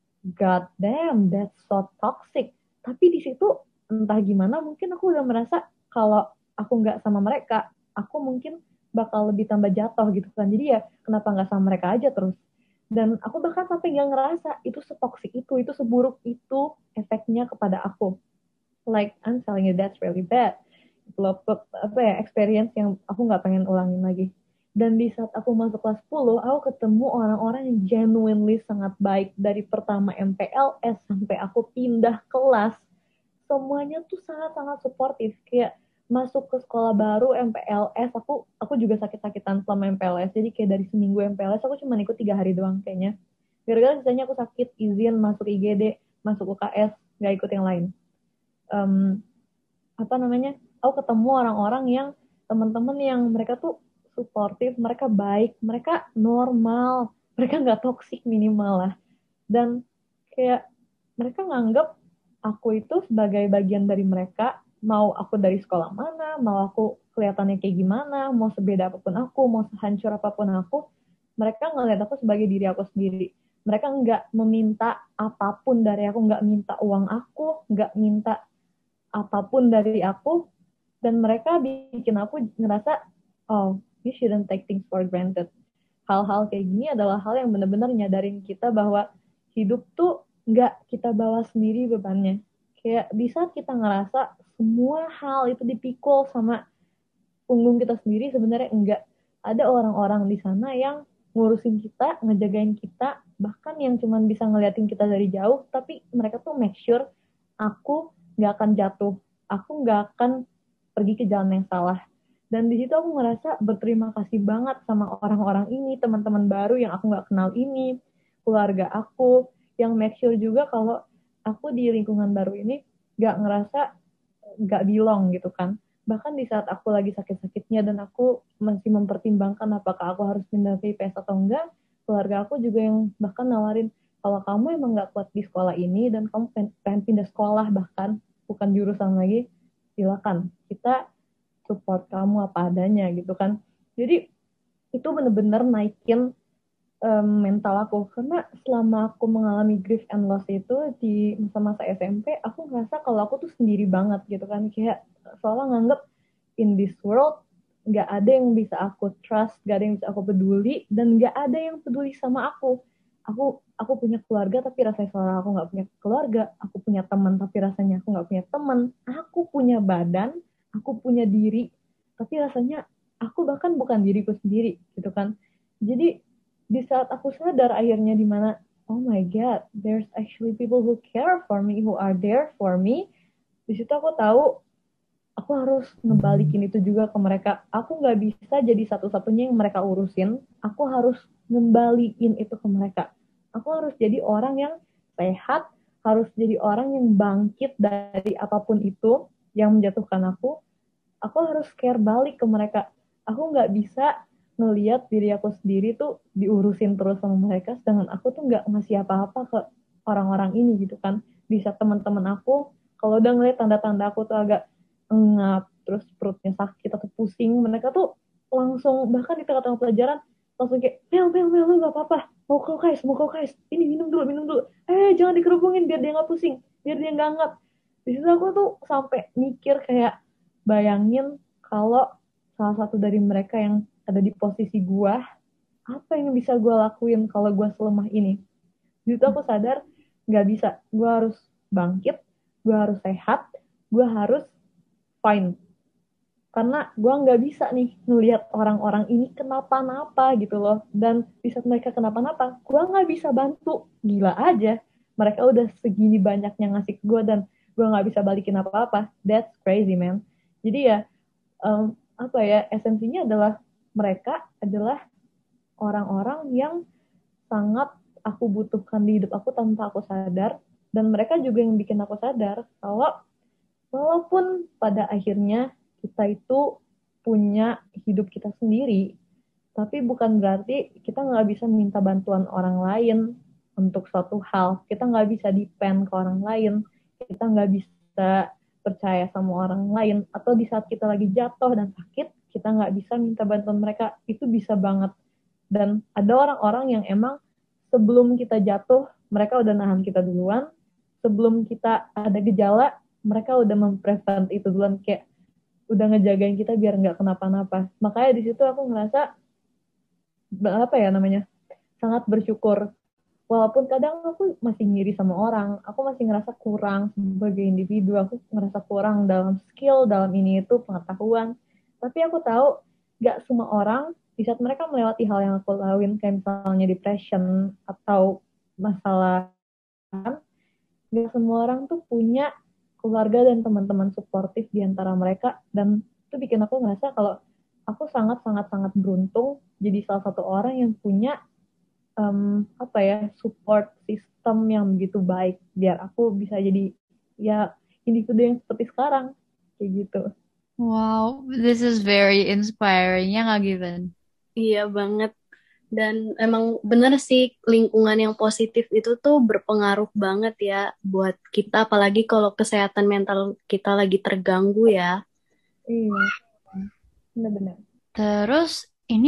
God damn, that's so toxic. Tapi di situ entah gimana, mungkin aku udah merasa kalau aku nggak sama mereka, aku mungkin bakal lebih tambah jatuh gitu kan. Jadi ya kenapa nggak sama mereka aja terus. Dan aku bahkan sampai nggak ngerasa itu setoksik itu seburuk itu efeknya kepada aku. Like I'm telling you, that's really bad. Itu apa ya, experience yang aku nggak pengen ulangin lagi. Dan di saat aku masuk kelas 10, aku ketemu orang-orang yang genuinely sangat baik. Dari pertama MPLS sampai aku pindah kelas, semuanya tuh sangat-sangat suportif. Kayak masuk ke sekolah baru MPLS, aku juga sakit-sakitan selama MPLS. Jadi kayak dari seminggu MPLS aku cuma ikut 3 hari doang kayaknya. Gara-gara sisanya aku sakit, izin masuk IGD, masuk UKS, nggak ikut yang lain. Um, apa namanya? Aku ketemu orang-orang yang teman-teman yang mereka tuh suportif, mereka baik, mereka normal, mereka nggak toksik minimal lah. Dan kayak mereka nganggap aku itu sebagai bagian dari mereka, mau aku dari sekolah mana, mau aku kelihatannya kayak gimana, mau sebeda apapun aku, mau sehancur apapun aku, mereka ngeliat aku sebagai diri aku sendiri. Mereka nggak meminta apapun dari aku, nggak minta uang aku, nggak minta apapun dari aku, dan mereka bikin aku ngerasa, oh, you shouldn't take things for granted. Hal-hal kayak gini adalah hal yang benar-benar nyadarin kita bahwa hidup tuh nggak kita bawa sendiri bebannya. Kayak di saat kita ngerasa semua hal itu dipikul sama punggung kita sendiri, sebenarnya enggak. Ada orang-orang di sana yang ngurusin kita, ngejagain kita, bahkan yang cuma bisa ngeliatin kita dari jauh, tapi mereka tuh make sure aku nggak akan jatuh, aku nggak akan pergi ke jalan yang salah. Dan di situ aku ngerasa berterima kasih banget sama orang-orang ini, teman-teman baru yang aku nggak kenal ini, keluarga aku, yang make sure juga kalau aku di lingkungan baru ini nggak ngerasa nggak belong gitu kan. Bahkan di saat aku lagi sakit-sakitnya dan aku masih mempertimbangkan apakah aku harus pindah ke IPS atau enggak, keluarga aku juga yang bahkan nawarin, kalau kamu emang nggak kuat di sekolah ini dan kamu pengen pindah sekolah bahkan bukan jurusan lagi, silakan, kita support kamu apa adanya gitu kan. Jadi itu bener-bener naikin mental aku, karena selama aku mengalami grief and loss itu di masa-masa SMP, aku ngerasa kalau aku tuh sendiri banget gitu kan. Kayak seolah nganggep in this world nggak ada yang bisa aku trust, nggak ada yang bisa aku peduli, dan nggak ada yang peduli sama aku. Aku punya keluarga tapi rasanya seolah aku nggak punya keluarga. Aku punya teman tapi rasanya aku nggak punya teman. Aku punya badan, aku punya diri, tapi rasanya aku bahkan bukan diriku sendiri gitu kan. Jadi di saat aku sadar akhirnya di mana, oh my god, there's actually people who care for me, who are there for me. Di situ aku tahu aku harus ngebalikin itu juga ke mereka. Aku nggak bisa jadi satu-satunya yang mereka urusin. Aku harus ngembaliin itu ke mereka. Aku harus jadi orang yang sehat, harus jadi orang yang bangkit dari apapun itu yang menjatuhkan aku. Aku harus care balik ke mereka. Aku nggak bisa ngelihat diri aku sendiri tuh diurusin terus sama mereka, sedangkan aku tuh nggak ngasih apa-apa ke orang-orang ini gitu kan. Bisa teman-teman aku kalau udah ngeliat tanda-tanda aku tuh agak engap, terus perutnya sakit atau pusing, mereka tuh langsung, bahkan di tengah-tengah pelajaran langsung kayak, Mel lu nggak apa-apa, mau kau kais, ini minum dulu, jangan dikerubungin biar dia nggak pusing, biar dia nggak ngap. Di situ aku tuh sampai mikir kayak, bayangin kalau salah satu dari mereka yang ada di posisi gue, apa yang bisa gue lakuin kalau gue selemah ini. Di situ aku sadar nggak bisa, gue harus bangkit, gue harus sehat, gue harus fine, karena gue nggak bisa nih ngelihat orang-orang ini kenapa-napa gitu loh. Dan di saat mereka kenapa-napa, gue nggak bisa bantu. Gila aja, mereka udah segini banyaknya ngasih ke gue dan gue nggak bisa balikin apa-apa. That's crazy man. Jadi ya, apa ya, esensinya adalah mereka adalah orang-orang yang sangat aku butuhkan di hidup aku tanpa aku sadar, dan mereka juga yang bikin aku sadar kalau walaupun pada akhirnya kita itu punya hidup kita sendiri, tapi bukan berarti kita nggak bisa minta bantuan orang lain untuk suatu hal. Kita nggak bisa depend ke orang lain. Kita nggak bisa percaya sama orang lain. Atau di saat kita lagi jatuh dan sakit, kita nggak bisa minta bantuan mereka. Itu bisa banget. Dan ada orang-orang yang emang sebelum kita jatuh, mereka udah nahan kita duluan. Sebelum kita ada gejala, mereka udah memprevent itu duluan. Kayak udah ngejagain kita biar nggak kenapa-napa. Makanya di situ aku ngerasa apa ya namanya, sangat bersyukur. Walaupun kadang aku masih ngiri sama orang, aku masih ngerasa kurang sebagai individu, aku ngerasa kurang dalam skill, dalam ini itu pengetahuan. Tapi aku tahu gak semua orang di saat mereka melewati hal yang aku laluin, kayak misalnya depression atau masalah, gak semua orang tuh punya keluarga dan teman-teman suportif di antara mereka, dan itu bikin aku ngerasa kalau aku sangat beruntung jadi salah satu orang yang punya apa ya, support system yang begitu baik biar aku bisa jadi ya individu yang seperti sekarang kayak gitu. Wow, this is very inspiring ya nggak Given? Iya banget. Dan emang bener sih lingkungan yang positif itu tuh berpengaruh banget ya buat kita, apalagi kalau kesehatan mental kita lagi terganggu ya. Iya, benar-benar. Terus ini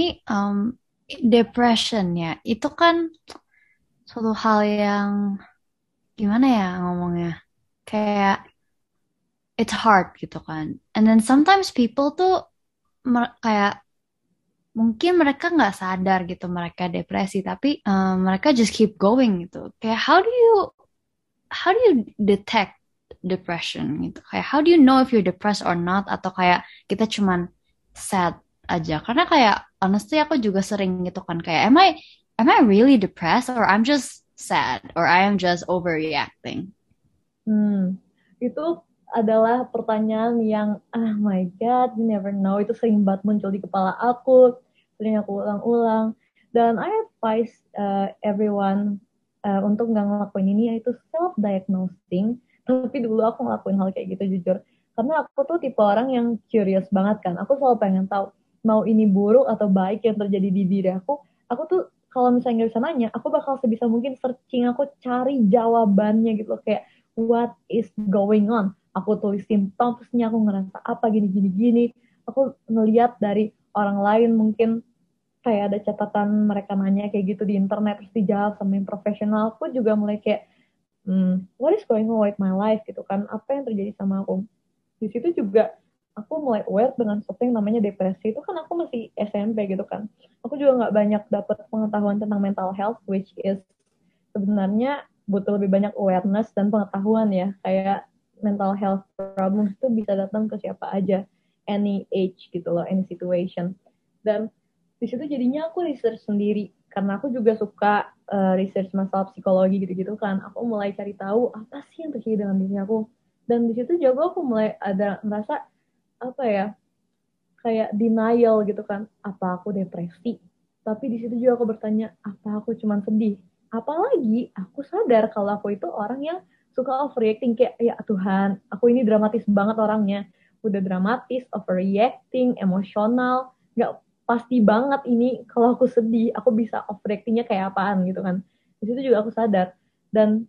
depression ya, itu kan suatu hal yang gimana ya ngomongnya, kayak it's hard gitu kan. And then sometimes people tuh kayak mungkin mereka nggak sadar gitu mereka depresi, tapi mereka just keep going gitu. Kayak how do you detect depression gitu? Kayak how do you know if you're depressed or not? Atau kayak kita cuman sad aja? Karena kayak honestly aku juga sering gitu kan kayak am I really depressed or I'm just sad or I am just overreacting? Itu adalah pertanyaan yang my god, you never know, itu sering banget muncul di kepala aku, sering aku ulang-ulang, dan I advise everyone untuk nggak ngelakuin ini, yaitu self diagnosing. Tapi dulu aku ngelakuin hal kayak gitu jujur, karena aku tuh tipe orang yang curious banget kan, aku selalu pengen tahu mau ini buruk atau baik yang terjadi di diri aku tuh kalau misalnya nggak bisa nanya, aku bakal sebisa mungkin searching, aku cari jawabannya gitu loh, kayak what is going on. Aku tulis simptomnya, aku ngerasa apa gini. Aku ngeliat dari orang lain mungkin kayak ada catatan mereka nanya kayak gitu di internet terus dijawab sama yang profesional. Aku juga mulai kayak what is going on with my life gitu kan. Apa yang terjadi sama aku. Di situ juga aku mulai aware dengan sesuatu yang namanya depresi. Itu kan aku masih SMP gitu kan. Aku juga nggak banyak dapat pengetahuan tentang mental health, which is sebenarnya butuh lebih banyak awareness dan pengetahuan ya. Kayak mental health problems itu bisa datang ke siapa aja, any age gitu loh, any situation. Dan di situ jadinya aku research sendiri karena aku juga suka research masalah psikologi gitu-gitu kan. Aku mulai cari tahu apa sih yang terjadi dalam diri aku. Dan di situ juga aku mulai ada merasa apa ya, kayak denial gitu kan, apa aku depresi, tapi di situ juga aku bertanya apa aku cuman sedih. Apalagi aku sadar kalau aku itu orang yang suka overreacting, kayak ya Tuhan aku ini dramatis banget orangnya, udah dramatis, overreacting, emosional, nggak pasti banget ini kalau aku sedih aku bisa overreactingnya kayak apaan gitu kan. Di situ juga aku sadar, dan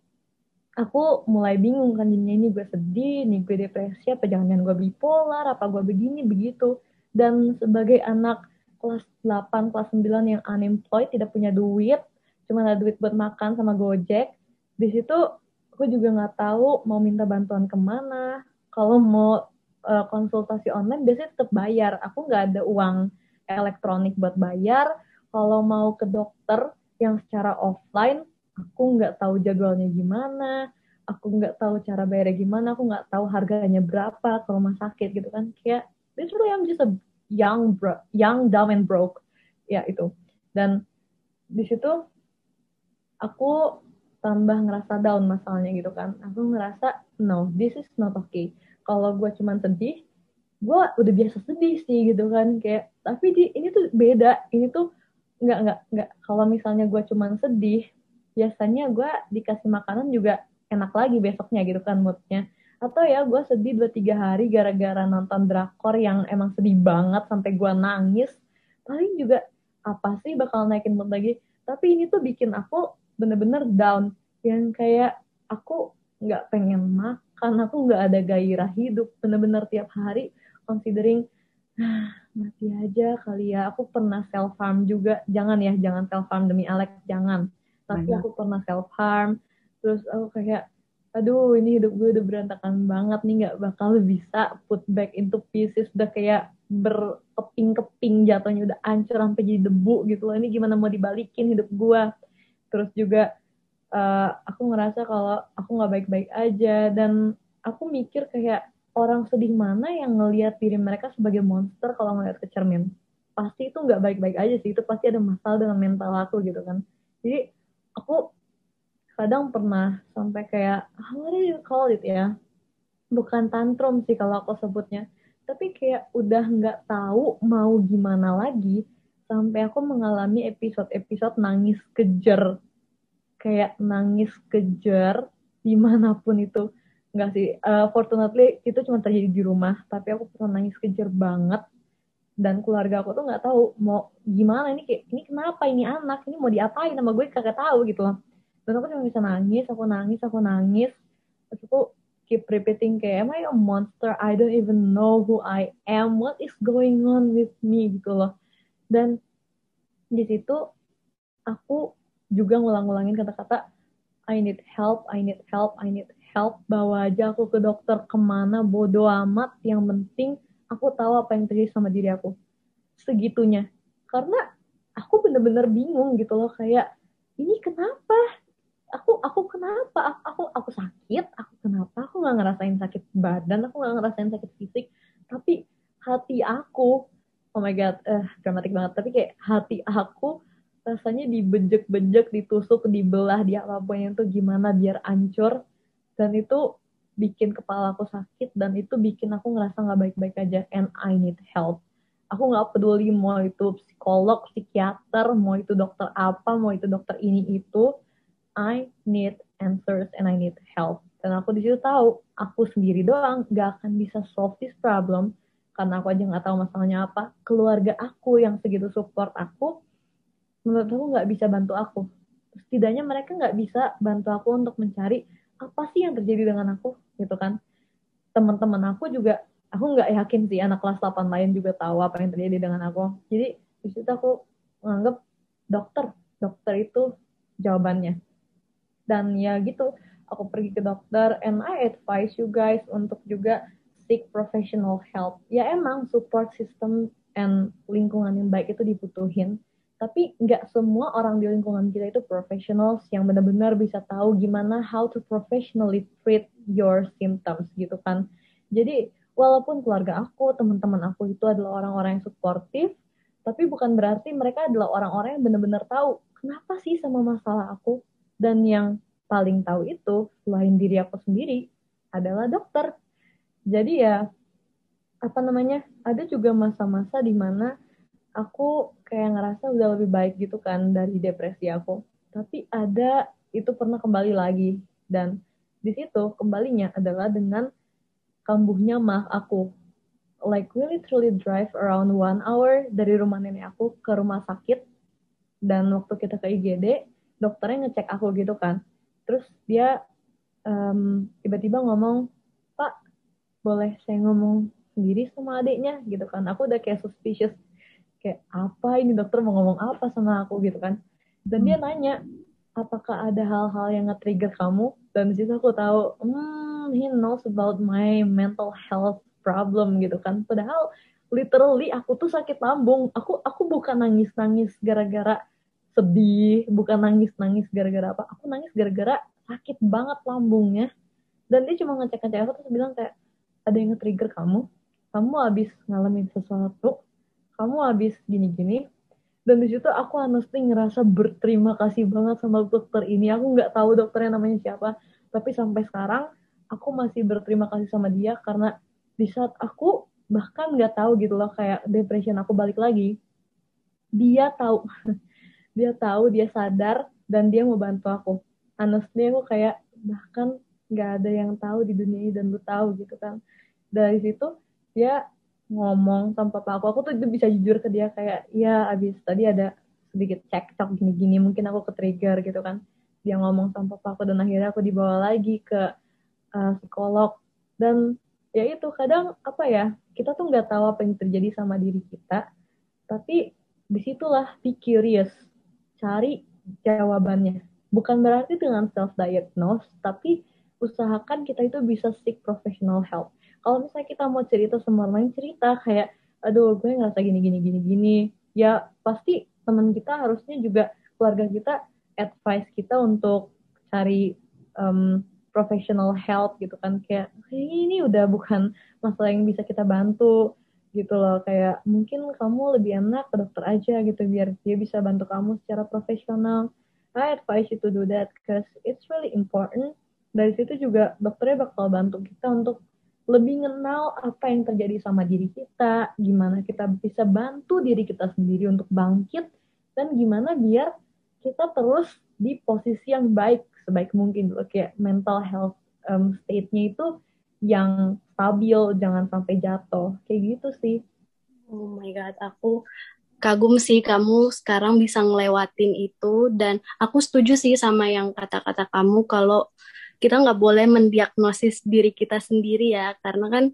aku mulai bingung kan, ini gue sedih, ini gue depresi, apa jangan-jangan gue bipolar, apa gue begini, begitu. Dan sebagai anak kelas 8, kelas 9 yang unemployed, tidak punya duit, cuma ada duit buat makan sama Gojek, di situ aku juga nggak tahu mau minta bantuan kemana. Kalau mau konsultasi online, biasanya tetap bayar. Aku nggak ada uang elektronik buat bayar. Kalau mau ke dokter yang secara offline, aku nggak tahu jadwalnya gimana, aku nggak tahu cara bayarnya gimana, aku nggak tahu harganya berapa ke rumah sakit gitu kan. Kayak literally I'm just a young dumb and broke ya itu. Dan di situ aku tambah ngerasa down masalahnya gitu kan. Aku ngerasa no, this is not okay. Kalau gue cuman sedih, gue udah biasa sedih sih gitu kan, kayak tapi ini tuh beda, ini tuh nggak kalau misalnya gue cuman sedih, biasanya gue dikasih makanan juga enak lagi besoknya gitu kan moodnya. Atau ya gue sedih 2-3 hari gara-gara nonton drakor yang emang sedih banget sampai gue nangis, paling juga apa sih bakal naikin mood lagi. Tapi ini tuh bikin aku bener-bener down, yang kayak aku nggak pengen makan, aku nggak ada gairah hidup, bener-bener tiap hari considering mati aja kali ya. Aku pernah self harm juga, jangan ya, jangan self harm demi Alex, jangan. Tapi aku pernah self harm, terus aku kayak aduh ini hidup gue udah berantakan banget nih, nggak bakal bisa put back into pieces, udah kayak berkeping-keping jatuhnya, udah hancur sampai jadi debu gitu loh. Ini gimana mau dibalikin hidup gue. Terus juga aku ngerasa kalau aku nggak baik-baik aja, dan aku mikir kayak orang sedih mana yang ngelihat diri mereka sebagai monster kalau ngelihat ke cermin. Pasti itu nggak baik-baik aja sih, itu pasti ada masalah dengan mental aku gitu kan. Jadi aku kadang pernah sampai kayak what do you call it ya, bukan tantrum sih kalau aku sebutnya, tapi kayak udah nggak tahu mau gimana lagi, sampai aku mengalami episode-episode nangis kejer, kayak nangis kejar dimanapun itu. Enggak sih, fortunately itu cuma terjadi di rumah, tapi aku pernah nangis kejar banget, dan keluarga aku tuh nggak tahu mau gimana, ini kayak ini kenapa, ini anak ini mau diapain sama gue, kagak tahu gitu loh. Dan aku cuma bisa nangis, aku nangis, terus aku keep repeating kayak am I a monster, I don't even know who I am, what is going on with me gitu loh. Dan di situ aku juga ngulang-ngulangin kata-kata I need help, I need help, I need help. Bawa aja aku ke dokter kemana, bodo amat. Yang penting aku tahu apa yang terjadi sama diri aku. Segitunya. Karena aku bener-bener bingung gitu loh. Kayak, ini kenapa? Aku kenapa? Aku sakit? Aku kenapa? Aku gak ngerasain sakit badan, aku gak ngerasain sakit fisik. Tapi hati aku, oh my god, dramatik banget. Tapi kayak hati aku rasanya dibejek-bejek, ditusuk, dibelah, diapa-apain itu gimana biar hancur. Dan itu bikin kepala aku sakit, dan itu bikin aku ngerasa gak baik-baik aja. And I need help. Aku gak peduli mau itu psikolog, psikiater, mau itu dokter apa, mau itu dokter ini itu. I need answers and I need help. Dan aku di situ tahu, aku sendiri doang gak akan bisa solve this problem, karena aku aja gak tahu masalahnya apa. Keluarga aku yang segitu support aku, menurut aku nggak bisa bantu aku. Setidaknya mereka nggak bisa bantu aku untuk mencari apa sih yang terjadi dengan aku, gitu kan. Teman-teman aku juga, aku nggak yakin sih anak kelas 8 lain juga tahu apa yang terjadi dengan aku. Jadi di situ aku menganggap dokter itu jawabannya. Dan ya gitu, aku pergi ke dokter, and I advise you guys untuk juga seek professional help. Ya emang support system and lingkungan yang baik itu dibutuhin, tapi nggak semua orang di lingkungan kita itu professionals yang benar-benar bisa tahu gimana how to professionally treat your symptoms gitu kan. Jadi walaupun keluarga aku, teman-teman aku itu adalah orang-orang yang suportif, tapi bukan berarti mereka adalah orang-orang yang benar-benar tahu kenapa sih sama masalah aku. Dan yang paling tahu itu selain diri aku sendiri adalah dokter. Jadi ya apa namanya, ada juga masa-masa di mana aku kayak ngerasa udah lebih baik gitu kan dari depresi aku. Tapi ada itu pernah kembali lagi, dan di situ kembalinya adalah dengan kambuhnya mah aku. Like we literally drive around 1 hour dari rumah nenek aku ke rumah sakit, dan waktu kita ke IGD dokternya ngecek aku gitu kan, terus dia tiba-tiba ngomong, Pak, boleh saya ngomong sendiri sama adiknya gitu kan. Aku udah kayak suspicious, kayak apa ini dokter mau ngomong apa sama aku gitu kan. Dan dia nanya, apakah ada hal-hal yang nge-trigger kamu? Dan disitu aku tahu, he knows about my mental health problem gitu kan. Padahal literally aku tuh sakit lambung. Aku bukan nangis-nangis gara-gara sedih, bukan nangis-nangis gara-gara apa. Aku nangis gara-gara sakit banget lambungnya. Dan dia cuma ngecek-ngecek aku terus bilang kayak, ada yang nge-trigger kamu? Kamu habis ngalamin sesuatu? Kamu habis gini-gini? Dan di situ aku honestly ngerasa berterima kasih banget sama dokter ini. Aku nggak tahu dokternya namanya siapa, tapi sampai sekarang aku masih berterima kasih sama dia, karena di saat aku bahkan nggak tahu gitu loh, kayak depression aku balik lagi, dia tahu. Dia tahu, dia sadar, dan dia mau bantu aku. Honestly aku kayak, bahkan nggak ada yang tahu di dunia ini dan lu tahu gitu kan. Dari situ dia ngomong sama papa aku tuh bisa jujur ke dia kayak, ya abis tadi ada sedikit cekcok gini-gini, mungkin aku ke-trigger gitu kan. Dia ngomong sama papa aku, dan akhirnya aku dibawa lagi ke psikolog. Dan ya itu, kadang apa ya, kita tuh nggak tahu apa yang terjadi sama diri kita, tapi disitulah be curious, cari jawabannya. Bukan berarti dengan self-diagnose, tapi usahakan kita itu bisa seek professional help. Kalau misalnya kita mau cerita sama orang lain, cerita kayak, aduh gue ngerasa gini, gini, gini, gini. Ya pasti teman kita harusnya juga, keluarga kita, advice kita untuk cari professional help gitu kan. Kayak ini udah bukan masalah yang bisa kita bantu gitu loh, kayak mungkin kamu lebih enak ke dokter aja gitu biar dia bisa bantu kamu secara profesional. I advise you to do that because it's really important. Dari situ juga dokternya bakal bantu kita untuk lebih kenal apa yang terjadi sama diri kita, gimana kita bisa bantu diri kita sendiri untuk bangkit, dan gimana biar kita terus di posisi yang baik sebaik mungkin loh, kayak mental health state-nya itu yang stabil, jangan sampai jatuh. Kayak gitu sih. Oh my God, aku kagum sih kamu sekarang bisa ngelewatin itu, dan aku setuju sih sama yang kata-kata kamu kalau kita nggak boleh mendiagnosis diri kita sendiri ya, karena kan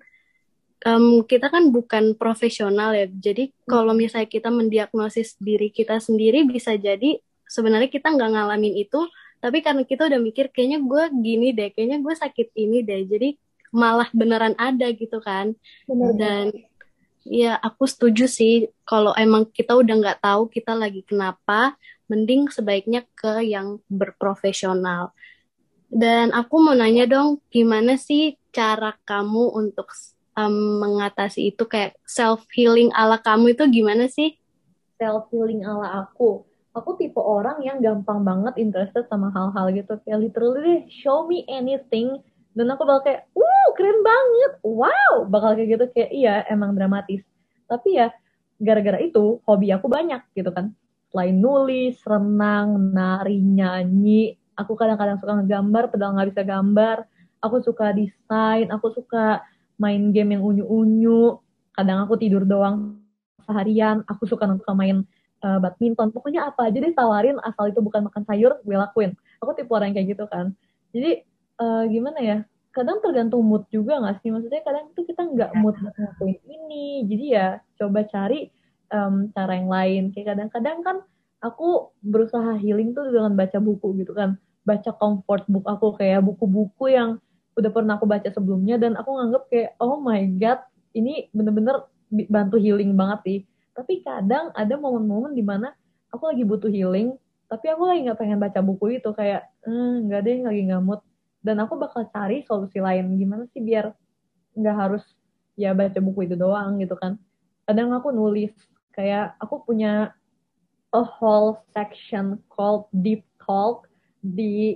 kita kan bukan profesional ya. Jadi kalau misalnya kita mendiagnosis diri kita sendiri, bisa jadi sebenarnya kita nggak ngalamin itu, tapi karena kita udah mikir kayaknya gue gini deh, kayaknya gue sakit ini deh, jadi malah beneran ada gitu kan. Bener Dan ya aku setuju sih, kalau emang kita udah nggak tahu kita lagi kenapa, mending sebaiknya ke yang berprofesional. Dan aku mau nanya dong, gimana sih cara kamu untuk mengatasi itu, kayak self healing ala kamu itu gimana sih? self healing ala aku tipe orang yang gampang banget interested sama hal-hal gitu, kayak literally deh, show me anything dan aku bakal kayak keren banget, wow, bakal kayak gitu, kayak iya emang dramatis. Tapi ya gara-gara itu hobi aku banyak gitu kan, selain nulis, renang, nari, nyanyi, aku kadang-kadang suka ngegambar padahal nggak bisa gambar, aku suka desain, aku suka main game yang unyu-unyu, kadang aku tidur doang seharian, aku suka nonton main badminton, pokoknya apa aja deh tawarin asal itu bukan makan sayur, gue lakuin. Aku tipe orang yang kayak gitu kan. Jadi gimana ya, kadang tergantung mood juga nggak sih, maksudnya kadang tuh kita nggak mood buat ngelakuin ini, jadi ya coba cari cara yang lain. Kayak kadang-kadang kan aku berusaha healing tuh dengan baca buku gitu kan, baca comfort book aku, kayak buku-buku yang udah pernah aku baca sebelumnya dan aku nganggep kayak oh my god, ini bener-bener bantu healing banget sih. Tapi kadang ada momen-momen dimana aku lagi butuh healing, tapi aku lagi nggak pengen baca buku itu, kayak nggak deh, lagi nggak mood. Dan aku bakal cari solusi lain, gimana sih biar nggak harus ya baca buku itu doang gitu kan. Kadang aku nulis, kayak aku punya a whole section called Deep Talk di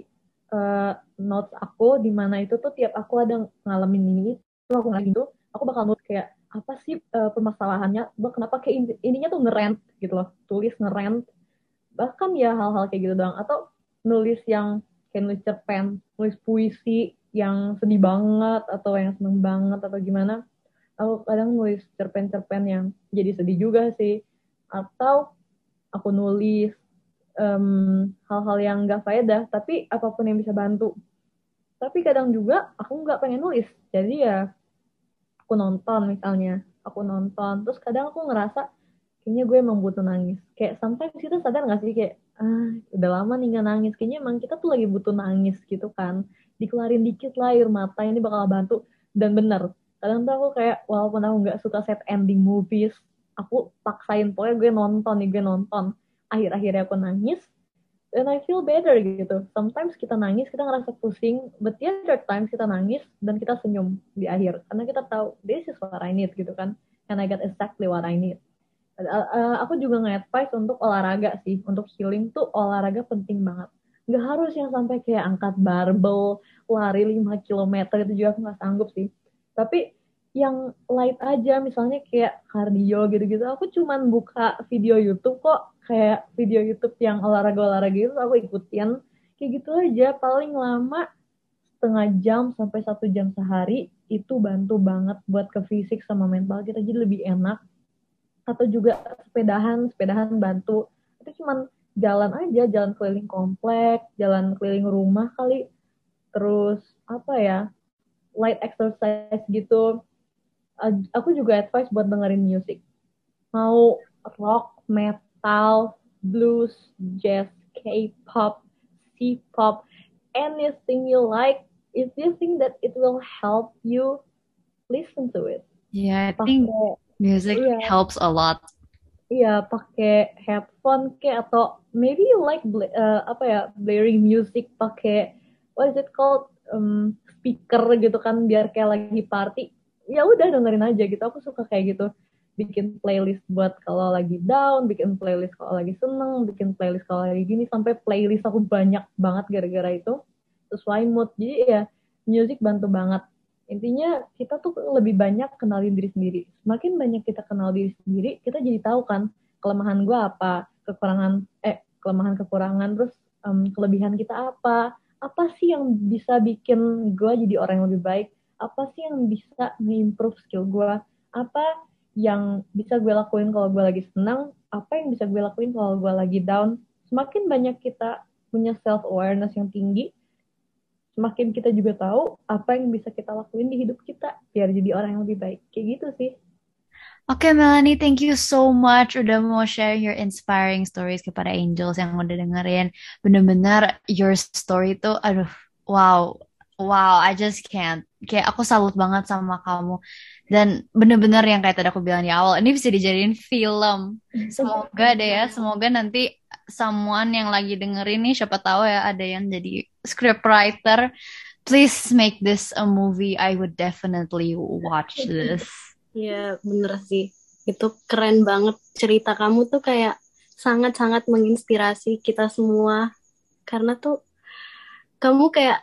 notes aku, di mana itu tuh tiap aku ada ngalamin ini itu, aku ngalamin itu, aku bakal nulis kayak apa sih permasalahannya, kenapa kayak ininya tuh ngerant gitu loh, tulis ngerant, bahkan ya hal-hal kayak gitu doang, atau nulis yang kayak nulis cerpen, nulis puisi yang sedih banget atau yang seneng banget atau gimana, aku kadang nulis cerpen-cerpen yang jadi sedih juga sih, atau aku nulis hal-hal yang nggak faedah tapi apapun yang bisa bantu. Tapi kadang juga aku nggak pengen nulis, jadi ya aku nonton, misalnya aku nonton terus kadang aku ngerasa kayaknya gue emang butuh nangis, kayak sometimes kita sadar nggak sih kayak udah lama nih nggak nangis, kayaknya emang kita tuh lagi butuh nangis gitu kan, dikeluarin dikit lah air mata, ini bakal bantu. Dan bener, kadang tuh aku kayak walaupun aku nggak suka set ending movies, aku paksain pokoknya gue nonton nih, gue nonton, akhir-akhirnya aku nangis and I feel better gitu. Sometimes kita nangis, kita ngerasa pusing, but the other times kita nangis dan kita senyum di akhir karena kita tahu this is what I need gitu kan, and I got exactly what I need. Aku juga nge-advise untuk olahraga sih, untuk healing tuh olahraga penting banget. Nggak harus yang sampai kayak angkat barbel, lari 5 kilometer, itu juga aku nggak sanggup sih. Tapi yang light aja, misalnya kayak cardio gitu-gitu. Aku cuman buka video YouTube kok, kayak video YouTube yang olahraga-olahraga gitu aku ikutin. Kayak gitu aja, paling lama setengah jam sampai 1 jam sehari, itu bantu banget buat ke fisik sama mental kita jadi lebih enak. Atau juga sepedahan bantu. Itu cuman jalan aja, jalan keliling komplek, jalan keliling rumah kali. Terus apa ya, light exercise gitu. Aku juga advice buat dengerin musik. Mau rock, metal, blues, jazz, K-pop, C-pop, anything you like. If you think that it will help you, listen to it. Yeah, I think Pakai, music iya, helps a lot. iya, pakai headphone kayak, atau maybe you like apa ya, blaring music pakai, what is it called, speaker gitu kan, biar kayak lagi party. Ya udah dengerin aja gitu. Aku suka kayak gitu. Bikin playlist buat kalau lagi down, bikin playlist kalau lagi seneng, bikin playlist kalau lagi gini, sampai playlist aku banyak banget gara-gara itu. Sesuai mood. Jadi ya, music bantu banget. Intinya kita tuh lebih banyak kenalin diri sendiri. Semakin banyak kita kenal diri sendiri, kita jadi tahu kan kelemahan gue apa, kelemahan kekurangan, terus kelebihan kita apa sih yang bisa bikin gue jadi orang yang lebih baik, apa sih yang bisa nge-improve skill gue, apa yang bisa gue lakuin kalau gue lagi senang, apa yang bisa gue lakuin kalau gue lagi down. Semakin banyak kita punya self awareness yang tinggi, semakin kita juga tahu apa yang bisa kita lakuin di hidup kita biar jadi orang yang lebih baik. Kayak gitu sih. Oke, Melanie, thank you so much udah mau share your inspiring stories kepada Angels yang udah dengerin. Bener-bener your story tuh, aduh, wow, wow, I just can't. Kayak aku salut banget sama kamu. Dan bener-bener yang kayak tadi aku bilang di awal, ini bisa dijadiin film. Semoga deh ya, semoga nanti someone yang lagi dengerin nih, siapa tahu ya ada yang jadi scriptwriter. Please make this a movie. I would definitely watch this. Iya, bener sih. Itu keren banget. Cerita kamu tuh kayak sangat-sangat menginspirasi kita semua. Karena tuh kamu kayak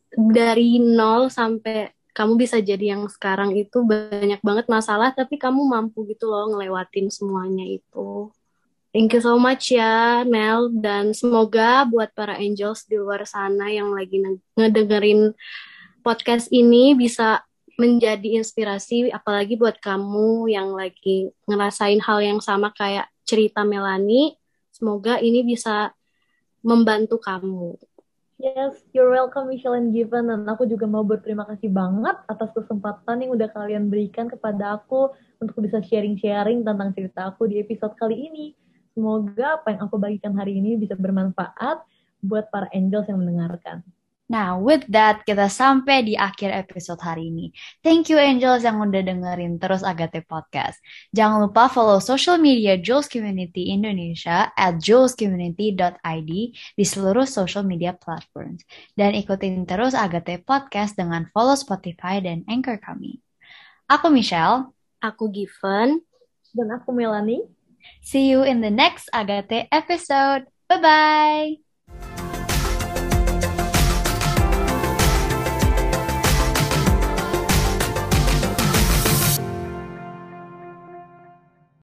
dari nol sampai kamu bisa jadi yang sekarang itu banyak banget masalah, tapi kamu mampu gitu loh ngelewatin semuanya itu. Thank you so much ya, Mel. Dan semoga buat para angels di luar sana yang lagi ngedengerin podcast ini bisa menjadi inspirasi, apalagi buat kamu yang lagi ngerasain hal yang sama kayak cerita Melanie. Semoga ini bisa membantu kamu. Yes, you're welcome Michelle and Given. Dan aku juga mau berterima kasih banget atas kesempatan yang udah kalian berikan kepada aku untuk bisa sharing-sharing tentang cerita aku di episode kali ini. Semoga apa yang aku bagikan hari ini bisa bermanfaat buat para angels yang mendengarkan. Nah, with that, kita sampai di akhir episode hari ini. Thank you Angels yang udah dengerin terus Agate Podcast. Jangan lupa follow social media Jules Community Indonesia at julescommunity.id di seluruh social media platforms. Dan ikutin terus Agate Podcast dengan follow Spotify dan Anchor kami. Aku Michelle. Aku Given. Dan aku Melanie. See you in the next Agate episode. Bye-bye!